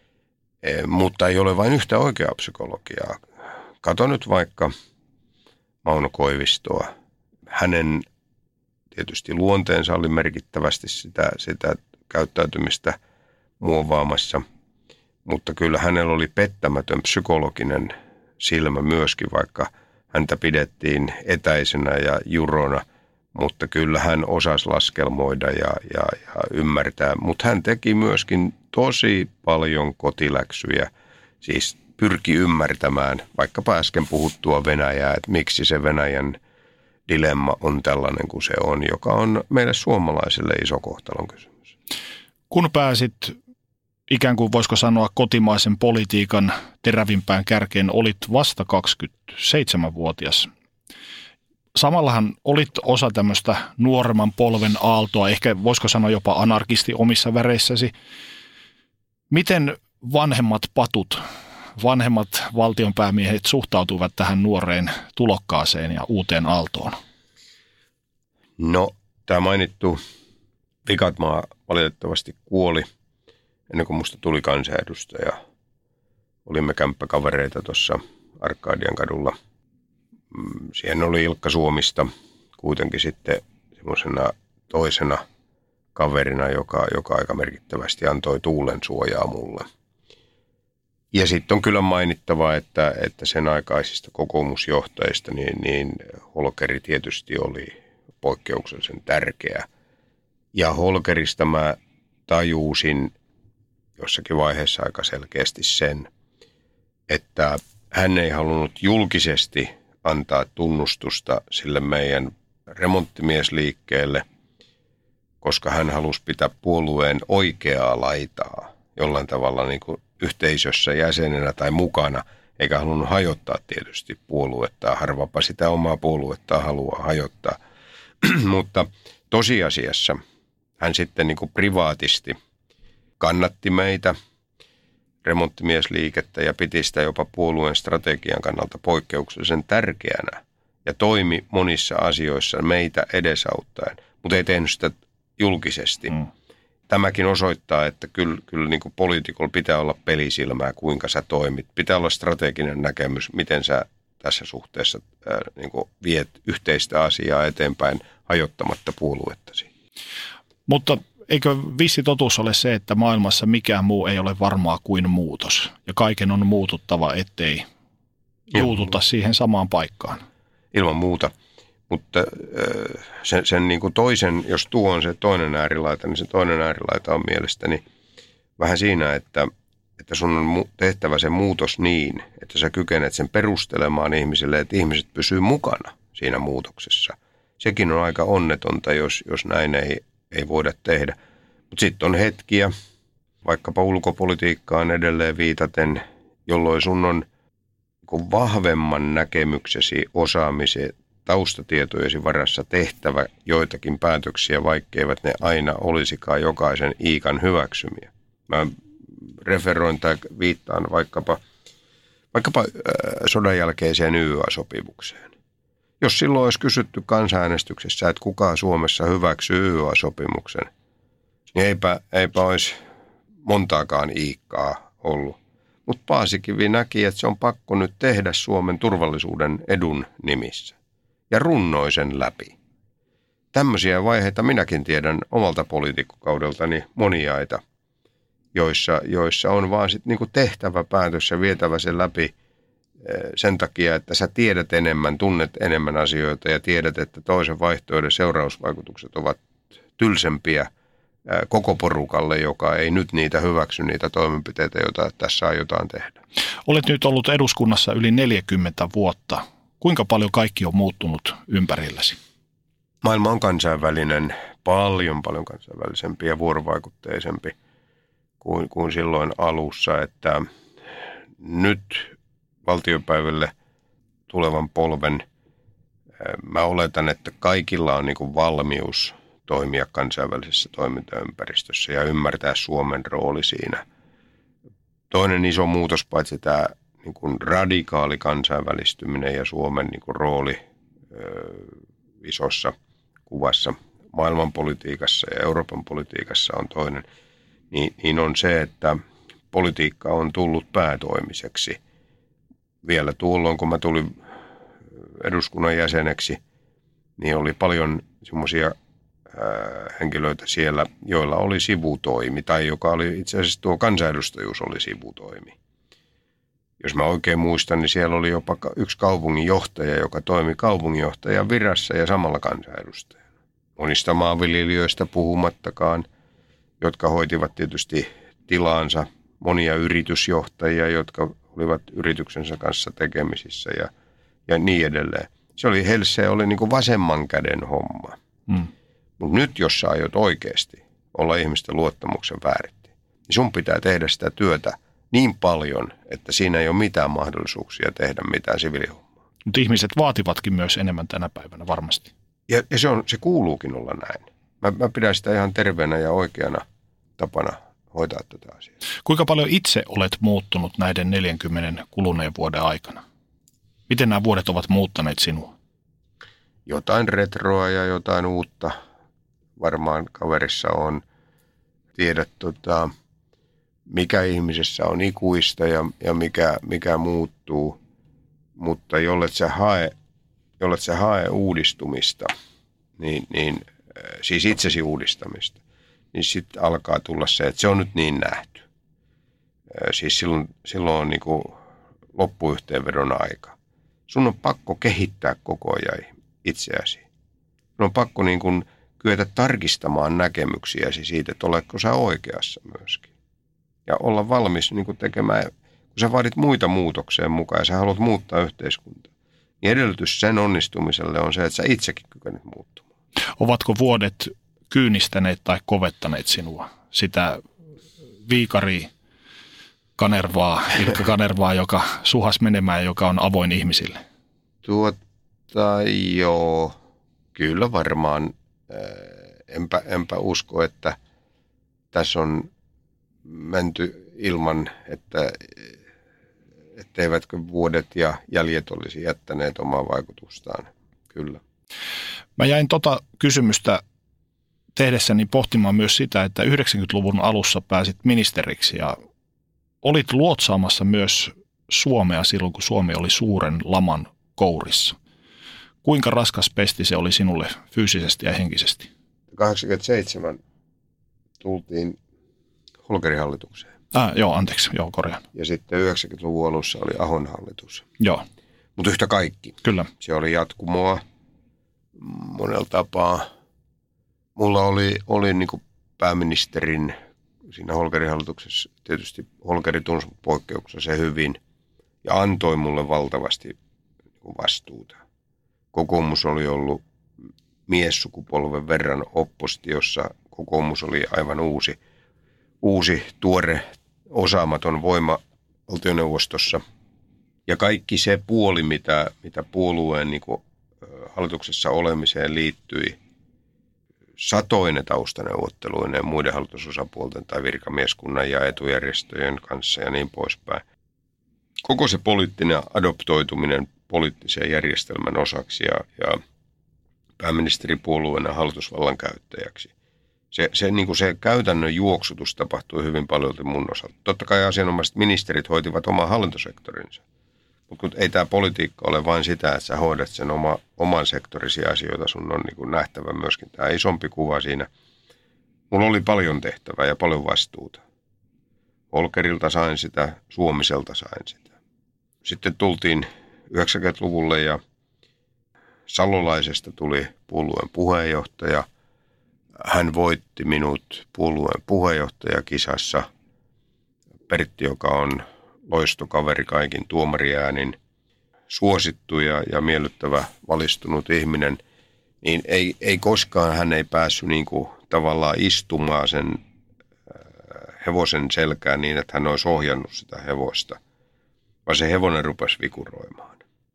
S3: mutta ei ole vain yhtä oikeaa psykologiaa. Kato nyt vaikka Mauno Koivistoa. Hänen tietysti luonteensa oli merkittävästi sitä, sitä käyttäytymistä muovaamassa, mutta kyllä hänellä oli pettämätön psykologinen silmä myöskin, vaikka häntä pidettiin etäisenä ja jurona. Mutta kyllä hän osasi laskelmoida ja, ja, ja ymmärtää. Mutta hän teki myöskin tosi paljon kotiläksyjä. Siis pyrki ymmärtämään vaikkapa äsken puhuttua Venäjää, että miksi se Venäjän dilemma on tällainen kuin se on, joka on meille suomalaisille iso kohtalon kysymys.
S2: Kun pääsit ikään kuin voisiko sanoa kotimaisen politiikan terävimpään kärkeen, olit vasta kaksikymmentäseitsemänvuotias. Samallahan olit osa tämmöistä nuoremman polven aaltoa, ehkä voisiko sanoa jopa anarkisti omissa väreissäsi. Miten vanhemmat patut, vanhemmat valtionpäämiehet suhtautuivat tähän nuoreen tulokkaaseen ja uuteen aaltoon?
S3: No, tämä mainittu Vikatmaa valitettavasti kuoli ennen kuin musta tuli kansanedustaja. Olimme kämppäkavereita tuossa Arkadian kadulla. Siihen oli Ilkka Suomista kuitenkin sitten semmoisena toisena kaverina, joka, joka aika merkittävästi antoi tuulen suojaa mulle. Ja sitten on kyllä mainittava, että, että sen aikaisista kokoomusjohtajista niin, niin Holkeri tietysti oli poikkeuksellisen tärkeä. Ja Holkerista mä tajusin jossakin vaiheessa aika selkeästi sen, että hän ei halunnut julkisesti antaa tunnustusta sille meidän remonttimiesliikkeelle, koska hän halusi pitää puolueen oikeaa laitaa jollain tavalla niin kuin yhteisössä jäsenenä tai mukana, eikä halunnut hajottaa tietysti puoluetta. Harvapa sitä omaa puoluettaan haluaa hajottaa. Mutta tosiasiassa hän sitten niin kuin privaatisti kannatti meitä, remonttimiesliikettä, ja piti sitä jopa puolueen strategian kannalta poikkeuksellisen tärkeänä ja toimi monissa asioissa meitä edesauttaen, mutta ei tehnyt sitä julkisesti. Mm. Tämäkin osoittaa, että kyllä, kyllä niin kuin poliitikolla pitää olla pelisilmää, kuinka sä toimit. Pitää olla strateginen näkemys, miten sä tässä suhteessa ää, niin kuin viet yhteistä asiaa eteenpäin hajottamatta puoluettasi.
S2: Mutta eikö vissi totuus ole se, että maailmassa mikään muu ei ole varmaa kuin muutos ja kaiken on muututtava, ettei juututa siihen samaan paikkaan?
S3: Ilman muuta, mutta sen, sen niin kuin toisen, jos tuo on se toinen äärilaita, niin se toinen äärilaita on mielestäni vähän siinä, että, että sun on tehtävä se muutos niin, että sä kykenet sen perustelemaan ihmisille, että ihmiset pysyy mukana siinä muutoksessa. Sekin on aika onnetonta, jos, jos näin ei, ei voida tehdä. Mutta sitten on hetkiä, vaikkapa ulkopolitiikkaan edelleen viitaten, jolloin sun on vahvemman näkemyksesi, osaamisen, taustatietojesi varassa tehtävä joitakin päätöksiä, vaikkeivät ne aina olisikaan jokaisen iikan hyväksymiä. Mä referoin tai viittaan vaikkapa, vaikkapa äh, sodan jälkeiseen Y Y A-sopimukseen. Jos silloin olisi kysytty kansanäänestyksessä, että kuka Suomessa hyväksyy Y Y A-sopimuksen, niin eipä, eipä olisi montaakaan iikkaa ollut. Mutta Paasikivi näki, että se on pakko nyt tehdä Suomen turvallisuuden edun nimissä. Ja runnoi sen läpi. Tämmöisiä vaiheita minäkin tiedän omalta poliitikkokaudeltani moniaita, joissa, joissa on vaan sit niinku tehtävä päätös ja vietävä sen läpi sen takia, että sä tiedät enemmän, tunnet enemmän asioita ja tiedät, että toisen vaihtoehdon seurausvaikutukset ovat tylsempiä koko porukalle, joka ei nyt niitä hyväksy, niitä toimenpiteitä, joita tässä aiotaan tehdä.
S2: Olet nyt ollut eduskunnassa yli neljäkymmentä vuotta. Kuinka paljon kaikki on muuttunut ympärilläsi?
S3: Maailma on kansainvälinen, paljon paljon kansainvälisempi ja vuorovaikutteisempi kuin, kuin silloin alussa, että nyt valtiopäiville tulevan polven mä oletan, että kaikilla on niin kuin valmius toimia kansainvälisessä toimintaympäristössä ja ymmärtää Suomen rooli siinä. Toinen iso muutos, paitsi tämä niin kuin radikaali kansainvälistyminen ja Suomen niin kuin rooli ö, isossa kuvassa maailmanpolitiikassa ja Euroopan politiikassa on toinen, niin, niin on se, että politiikka on tullut päätoimiseksi. Vielä tuolloin, kun mä tulin eduskunnan jäseneksi, niin oli paljon semmoisia henkilöitä siellä, joilla oli sivutoimi, tai joka oli itse asiassa tuo kansanedustajuus oli sivutoimi. Jos mä oikein muistan, niin siellä oli jopa yksi kaupunginjohtaja, joka toimi kaupunginjohtajan virassa ja samalla kansanedustajana. Monista maanviljelijöistä puhumattakaan, jotka hoitivat tietysti tilaansa, monia yritysjohtajia, jotka olivat yrityksensä kanssa tekemisissä ja, ja niin edelleen. Se oli Helse, oli niin kuin vasemman käden homma. Mm. Mutta nyt, jos sä aiot oikeasti olla ihmisten luottamuksen vääritti, niin sun pitää tehdä sitä työtä niin paljon, että siinä ei ole mitään mahdollisuuksia tehdä mitään siviilihommaa.
S2: Mutta ihmiset vaativatkin myös enemmän tänä päivänä varmasti.
S3: Ja, ja se, on, se kuuluukin olla näin. Mä, mä pidän sitä ihan terveenä ja oikeana tapana hoitaa tätä asiaa.
S2: Kuinka paljon itse olet muuttunut näiden neljänkymmenen kuluneen vuoden aikana? Miten nämä vuodet ovat muuttaneet sinua?
S3: Jotain retroa ja jotain uutta varmaan kaverissa on. Tiedät, tota, mikä ihmisessä on ikuista ja, ja mikä, mikä muuttuu. Mutta jollet sä hae, jollet sä hae uudistumista, niin, niin, siis itsesi uudistamista, niin sitten alkaa tulla se, että se on nyt niin nähty. Siis silloin, silloin on niin kuin loppuyhteenvedon aika. Sun on pakko kehittää koko ajan itseäsi. Sun on pakko niin kuin kyetä tarkistamaan näkemyksiäsi siitä, että oletko sä oikeassa myöskin. Ja olla valmis niin kuin tekemään, kun sä vaadit muita muutokseen mukaan ja sä haluat muuttaa yhteiskuntaa, niin edellytys sen onnistumiselle on se, että sä itsekin kykenet muuttumaan.
S2: Ovatko vuodet kyynistäneet tai kovettaneet sinua? Sitä Viikari Kanervaa, Ilkka Kanervaa, joka suhas menemään, joka on avoin ihmisille?
S3: Tuota, joo, kyllä varmaan. Enpä, enpä usko, että tässä on menty ilman, että etteivätkö vuodet ja jäljet olisi jättäneet omaa vaikutustaan. Kyllä.
S2: Mä jäin tota kysymystä tehdessäni pohtimaan myös sitä, että yhdeksänkymmentäluvun alussa pääsit ministeriksi ja olit luotsaamassa myös Suomea silloin, kun Suomi oli suuren laman kourissa. Kuinka raskas pesti se oli sinulle fyysisesti ja henkisesti?
S3: kahdeksankymmentäseitsemän tultiin Holkerin hallitukseen.
S2: Ah, joo, anteeksi, joo, korjaan.
S3: Ja sitten yhdeksänkymmentäluvun alussa oli Ahon hallitus.
S2: Joo.
S3: Mutta yhtä kaikki.
S2: Kyllä.
S3: Se oli jatkumoa monella tapaa. Mulla oli, oli niin kuin pääministerin siinä Holkerin hallituksessa, tietysti Holkeri tunsi poikkeuksessa hyvin ja antoi mulle valtavasti vastuuta. Kokoomus oli ollut miessukupolven verran oppositiossa. Kokoomus oli aivan uusi, uusi tuore, osaamaton voima valtioneuvostossa. Ja kaikki se puoli, mitä, mitä puolueen niin kuin, hallituksessa olemiseen liittyi, satoine taustaneuvotteluineen ja muiden hallitusosapuolten tai virkamieskunnan ja etujärjestöjen kanssa ja niin poispäin. Koko se poliittinen adoptoituminen poliittisen järjestelmän osaksi ja, ja pääministeripuolueen ja hallitusvallan käyttäjäksi. Se, se, niin kuin se käytännön juoksutus tapahtui hyvin paljon mun osalta. Totta kai asianomaiset ministerit hoitivat oman hallintosektorinsa. Mutta ei tämä politiikka ole vain sitä, että sä hoidat sen oma, oman sektorisi asioita, sun on niin kuin nähtävä myöskin tämä isompi kuva siinä. Mulla oli paljon tehtävää ja paljon vastuuta. Holkerilta sain sitä, Suomiselta sain sitä. Sitten tultiin yhdeksänkymmentäluvulle ja Salolaisesta tuli puolueen puheenjohtaja. Hän voitti minut puolueen puheenjohtajakisassa. Pertti, joka on loistokaveri kaikin tuomariäänin, suosittu ja, ja miellyttävä valistunut ihminen, niin ei, ei koskaan hän ei päässyt niin kuin tavallaan istumaan sen äh, hevosen selkään niin, että hän olisi ohjannut sitä hevosta, vaan se hevonen rupesi vikuroimaan.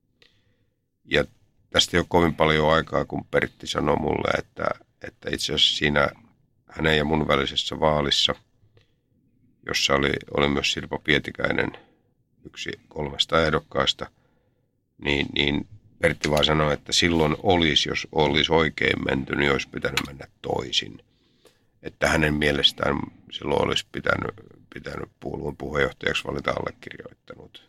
S3: Ja tästä ei ole kovin paljon aikaa, kun Pertti sanoi mulle, että, että itse asiassa siinä hänen ja mun välisessä vaalissa, jossa oli, oli myös Sirpa Pietikäinen, yksi kolmesta ehdokkaasta, niin, niin Pertti vaan sanoi, että silloin olisi, jos olisi oikein menty, niin olisi pitänyt mennä toisin. Että hänen mielestään silloin olisi pitänyt, pitänyt puolueen puheenjohtajaksi valita allekirjoittanut.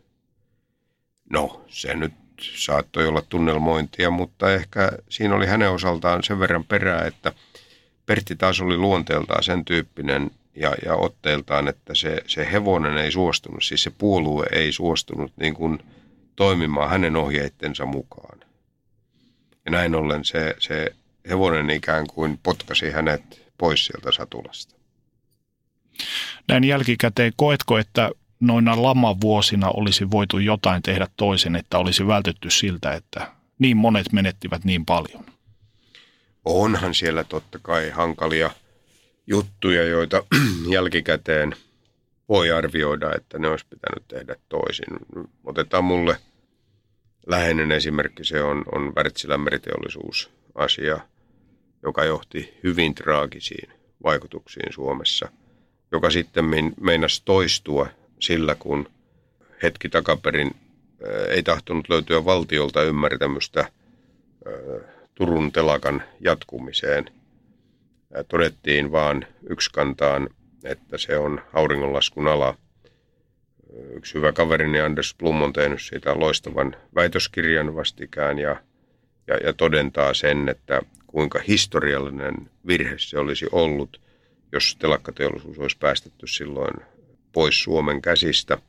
S3: No, se nyt saattoi olla tunnelmointia, mutta ehkä siinä oli hänen osaltaan sen verran perää, että Pertti taas oli luonteeltaan sen tyyppinen ja, ja otteeltaan, että se, se hevonen ei suostunut, siis se puolue ei suostunut niin kuin toimimaan hänen ohjeittensa mukaan. Ja näin ollen se, se hevonen ikään kuin potkasi hänet pois sieltä satulasta.
S2: Näin jälkikäteen, koetko, että noina lamavuosina olisi voitu jotain tehdä toisen, että olisi vältytty siltä, että niin monet menettivät niin paljon?
S3: Onhan siellä totta kai hankalia juttuja, joita jälkikäteen voi arvioida, että ne olisi pitänyt tehdä toisin. Otetaan mulle läheinen esimerkki, se on, on Wärtsilän meriteollisuusasia, joka johti hyvin traagisiin vaikutuksiin Suomessa, joka sitten meinasi toistua sillä, kun hetki takaperin ei tahtonut löytyä valtiolta ymmärtämystä Turun telakan jatkumiseen. Todettiin vaan yksikantaan, että se on auringonlaskun ala. Yksi hyvä kaverini Anders Blum on tehnyt siitä loistavan väitöskirjan vastikään ja, ja, ja todentaa sen, että kuinka historiallinen virhe se olisi ollut, jos telakkateollisuus olisi päästetty silloin pois Suomen käsistä.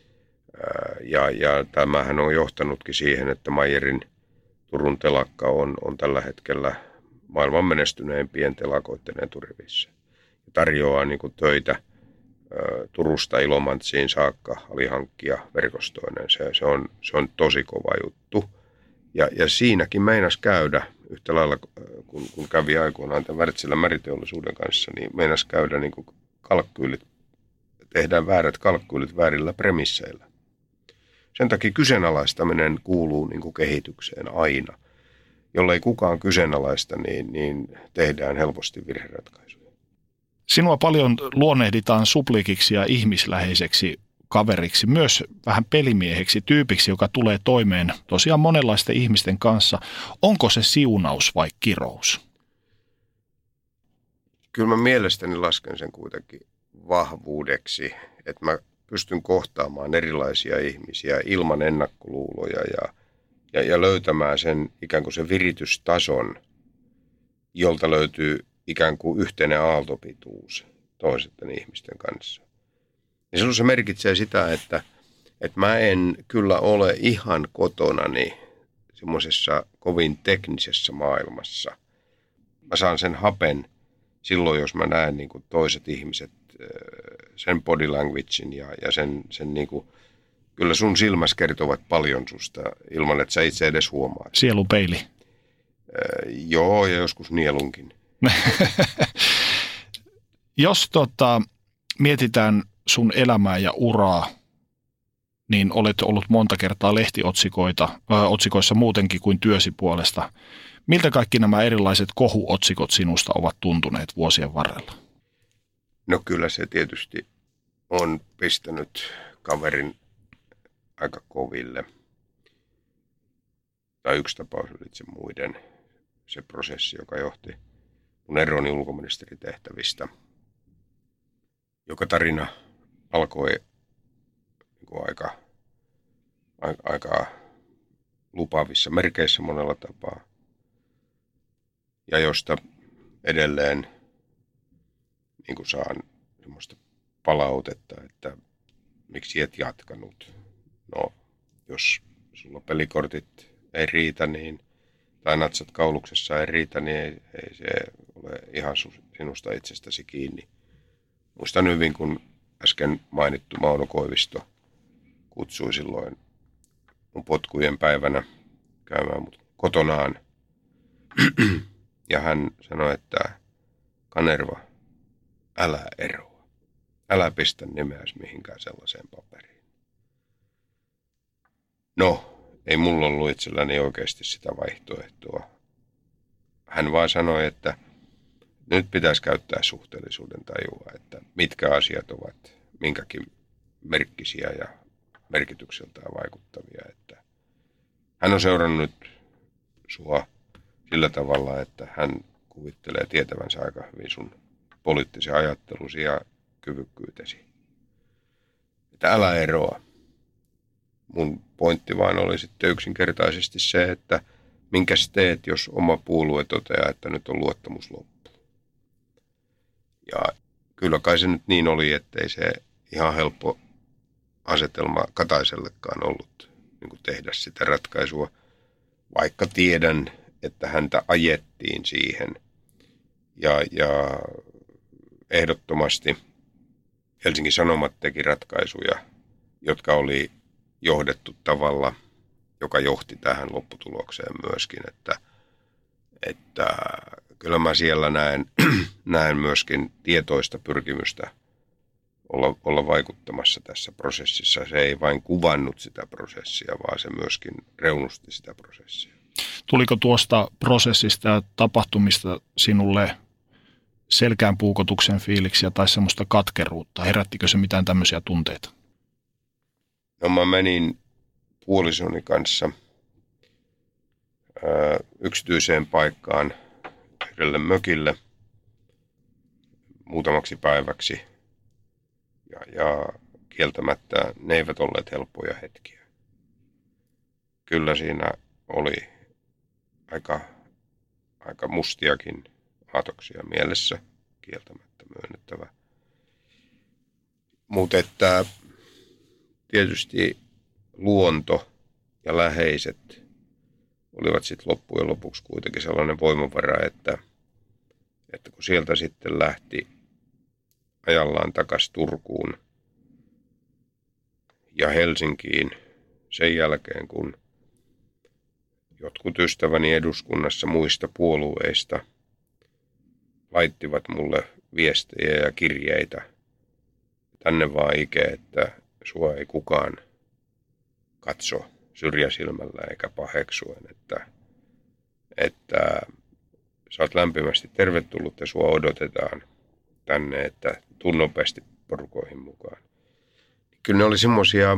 S3: Ja, ja tämähän on johtanutkin siihen, että Meyerin Turun telakka on, on tällä hetkellä maailman menestyneimpien telakoiden eturivissä. Tarjoaa niin kuin töitä ä, Turusta Ilomantsiin saakka alihankkia verkostoinen. Se, se, on, se on tosi kova juttu. Ja, ja siinäkin meinas käydä, yhtä lailla kun, kun kävi aikoinaan tämän Wärtsilän meriteollisuuden kanssa, niin meinas käydä niin kuin kalkkyylit, tehdään väärät kalkkyylit väärillä premisseillä. Sen takia kyseenalaistaminen kuuluu niin kuin kehitykseen aina. Jollei kukaan kyseenalaista, niin, niin tehdään helposti virheratkaisuja.
S2: Sinua paljon luonnehditaan suplikiksi ja ihmisläheiseksi kaveriksi, myös vähän pelimieheksi, tyypiksi, joka tulee toimeen tosiaan monenlaisten ihmisten kanssa. Onko se siunaus vai kirous?
S3: Kyllä mä mielestäni lasken sen kuitenkin vahvuudeksi, että mä pystyn kohtaamaan erilaisia ihmisiä ilman ennakkoluuloja ja, ja, ja löytämään sen ikään kuin sen viritystason, jolta löytyy ikään kuin yhteinen aaltopituus toisten ihmisten kanssa. Ja silloin se merkitsee sitä, että, että mä en kyllä ole ihan kotonani semmoisessa kovin teknisessä maailmassa. Mä saan sen hapen silloin, jos mä näen niin kuin toiset ihmiset, sen body languagein ja, ja sen, sen niin kuin, kyllä sun silmässä kertovat paljon susta ilman, että sä itse edes huomaat.
S2: Sielupeili.
S3: Joo, ja joskus nielunkin.
S2: Jos tota, mietitään sun elämää ja uraa, niin olet ollut monta kertaa lehtiotsikoita, ö, otsikoissa muutenkin kuin työsi puolesta. Miltä kaikki nämä erilaiset kohuotsikot sinusta ovat tuntuneet vuosien varrella?
S3: No kyllä se tietysti on pistänyt kaverin aika koville. Tai yksi tapaus ylitse muiden. Se prosessi, joka johti mun eroni ulkoministeritehtävistä. Joka tarina alkoi niin kuin aika, aika, aika lupaavissa merkeissä monella tapaa. Ja josta edelleen niin kuin saan semmoista palautetta, että miksi et jatkanut. No, jos sulla pelikortit ei riitä, niin, tai natsat kauluksessa ei riitä, niin ei, ei se ole ihan sinusta itsestäsi kiinni. Muistan hyvin, kun äsken mainittu Mauno Koivisto kutsui silloin mun potkujen päivänä käymään mut kotonaan. Ja hän sanoi, että Kanerva, älä eroa. Älä pistä nimeäsi mihinkään sellaiseen paperiin. No, ei mulla ollut itselläni oikeasti sitä vaihtoehtoa. Hän vaan sanoi, että nyt pitäisi käyttää suhteellisuuden tajua, että mitkä asiat ovat minkäkin merkkisiä ja merkitykseltään vaikuttavia. Että hän on seurannut sua sillä tavalla, että hän kuvittelee tietävänsä aika hyvin sun poliittisen ajattelusi ja kyvykkyytesi. Että älä eroa. Mun pointti vaan oli sitten yksinkertaisesti se, että minkäs teet, jos oma puolue toteaa, että nyt on luottamus loppu. Ja kyllä kai se nyt niin oli, ettei se ihan helppo asetelma Kataisellekaan ollut niin kuin tehdä sitä ratkaisua, vaikka tiedän, että häntä ajettiin siihen. Ja, ja ehdottomasti Helsingin Sanomat teki ratkaisuja, jotka oli johdettu tavalla, joka johti tähän lopputulokseen myöskin, että, että kyllä mä siellä näen, näen myöskin tietoista pyrkimystä olla, olla vaikuttamassa tässä prosessissa. Se ei vain kuvannut sitä prosessia, vaan se myöskin reunusti sitä prosessia.
S2: Tuliko tuosta prosessista ja tapahtumista sinulle selkään puukotuksen fiiliksiä tai semmoista katkeruutta? Herättikö se mitään tämmöisiä tunteita?
S3: No mä menin puolisoni kanssa ää, yksityiseen paikkaan yhdelle mökille muutamaksi päiväksi. Ja, ja kieltämättä ne eivät olleet helppoja hetkiä. Kyllä siinä oli aika, aika mustiakin aatoksia mielessä, kieltämättä myönnettävä. Mutta että tietysti luonto ja läheiset olivat sitten loppujen lopuksi kuitenkin sellainen voimavara, että, että kun sieltä sitten lähti ajallaan takaisin Turkuun ja Helsinkiin sen jälkeen, kun jotkut ystäväni eduskunnassa muista puolueista laittivat mulle viestejä ja kirjeitä tänne vaan Ike, että sua ei kukaan katso syrjäsilmällä eikä paheksuen, että, että sä oot lämpimästi tervetullut ja sua odotetaan tänne, että tuu nopeasti porukoihin mukaan. Kyllä ne oli semmoisia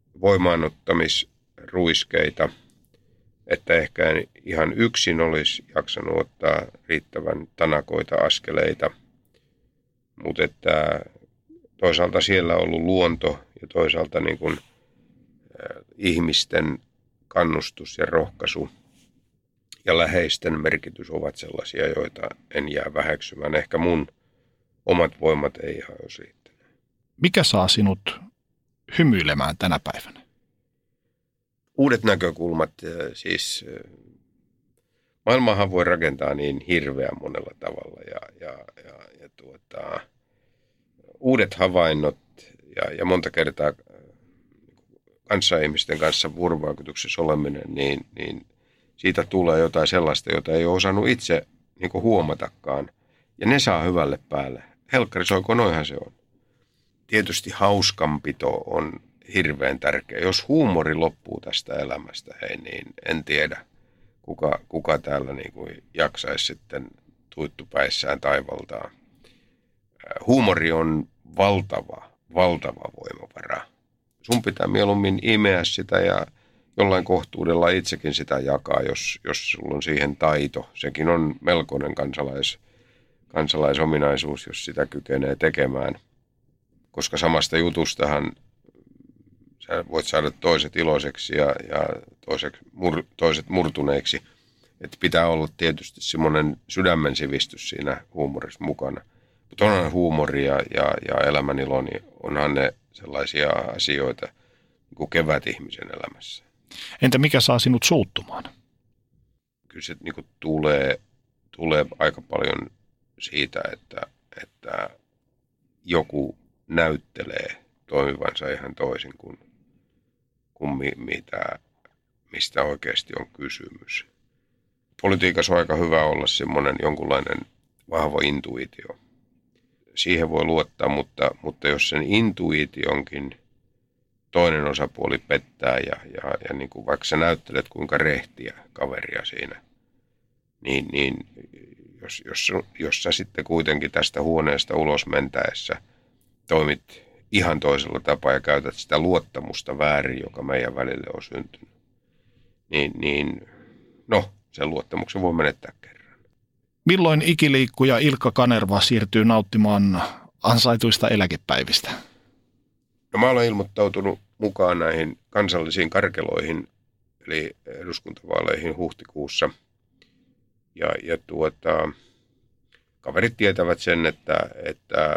S3: voimaanottamisruiskeita, että ehkä en ihan yksin olisi jaksanut ottaa riittävän tanakoita askeleita, mutta että toisaalta siellä on ollut luonto ja toisaalta niin kuin, äh, ihmisten kannustus ja rohkaisu ja läheisten merkitys ovat sellaisia, joita en jää väheksymään. Ehkä mun omat voimat ei ihan olisi riittänyt.
S2: Mikä saa sinut hymyilemään tänä päivänä?
S3: Uudet näkökulmat, siis maailmahan voi rakentaa niin hirveän monella tavalla ja, ja, ja, ja tuota, uudet havainnot ja, ja monta kertaa kanssaihmisten kanssa vuorovaikutuksessa oleminen, niin, niin siitä tulee jotain sellaista, jota ei ole osannut itse niin kuin huomatakaan. Ja ne saa hyvälle päälle. Helkkari soiko, noinhan se on. Tietysti hauskanpito on hirveän tärkeä. Jos huumori loppuu tästä elämästä, hei, niin en tiedä, kuka, kuka täällä niin kuin jaksaisi sitten tuittupäissään taivaltaa. Huumori on valtava, valtava voimavara. Sun pitää mieluummin imeä sitä ja jollain kohtuudella itsekin sitä jakaa, jos, jos sulla on siihen taito. Sekin on melkoinen kansalais, kansalaisominaisuus, jos sitä kykenee tekemään. Koska samasta jutustahan sä voit saada toiset iloiseksi ja, ja toiset, mur, toiset murtuneiksi. Että pitää olla tietysti semmoinen sydämen sivistys siinä huumorissa mukana. Mutta onhan huumori ja, ja, ja elämänilo, niin onhan ne sellaisia asioita niin kuin kevät ihmisen elämässä.
S2: Entä mikä saa sinut suuttumaan?
S3: Kyllä se niin kuin tulee, tulee aika paljon siitä, että, että joku näyttelee toimivansa ihan toisin kuin, kuin mi, mitä, mistä oikeasti on kysymys. Politiikassa on aika hyvä olla semmoinen jonkunlainen vahva intuitio. Siihen voi luottaa, mutta, mutta jos sen intuitionkin toinen osapuoli pettää ja, ja, ja niin kuin vaikka sä näyttelet kuinka rehtiä kaveria siinä, niin, niin jos, jos, jos sä sitten kuitenkin tästä huoneesta ulos mentäessä toimit ihan toisella tapaa ja käytät sitä luottamusta väärin, joka meidän välille on syntynyt, niin, niin no, sen luottamuksen voi menettää kerran.
S2: Milloin ikiliikkuja Ilkka Kanerva siirtyy nauttimaan ansaituista eläkepäivistä?
S3: No mä olen ilmoittautunut mukaan näihin kansallisiin karkeloihin, eli eduskuntavaaleihin huhtikuussa. Ja, ja tuota, kaverit tietävät sen, että, että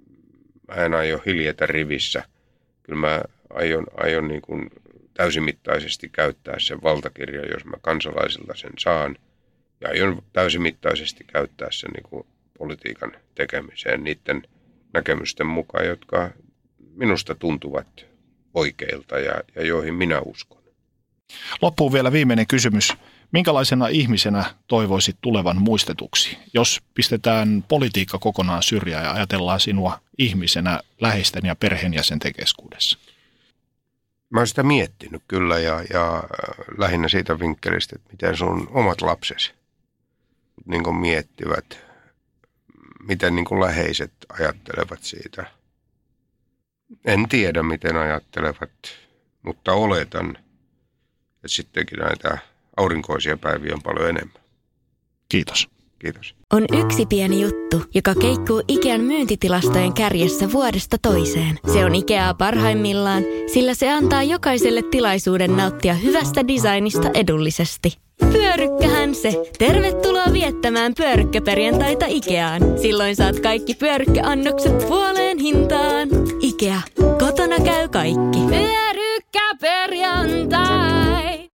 S3: mä en aio hiljetä rivissä. Kyllä mä aion, aion niin kuin täysimittaisesti käyttää sen valtakirjan, jos mä kansalaisilta sen saan. Ja aion täysimittaisesti käyttää sen niin kuin politiikan tekemiseen niiden näkemysten mukaan, jotka minusta tuntuvat oikeilta ja, ja joihin minä uskon.
S2: Loppuun vielä viimeinen kysymys. Minkälaisena ihmisenä toivoisit tulevan muistetuksi, jos pistetään politiikka kokonaan syrjään ja ajatellaan sinua ihmisenä läheisten ja perheenjäsenten keskuudessa?
S3: Mä oon sitä miettinyt kyllä ja, ja lähinnä siitä vinkkelistä, että miten sun omat lapsesi niin kuin miettivät, miten niin kuin läheiset ajattelevat siitä. En tiedä, miten ajattelevat, mutta oletan, että sittenkin näitä aurinkoisia päiviä on paljon enemmän.
S2: Kiitos.
S3: Kiitos.
S1: On yksi pieni juttu, joka keikkuu Ikean myyntitilastojen kärjessä vuodesta toiseen. Se on Ikeaa parhaimmillaan, sillä se antaa jokaiselle tilaisuuden nauttia hyvästä designista edullisesti. Pyörykkähän se! Tervetuloa viettämään pyörykkäperjantaita Ikeaan. Silloin saat kaikki pyörykkäannokset puoleen hintaan. Ikea.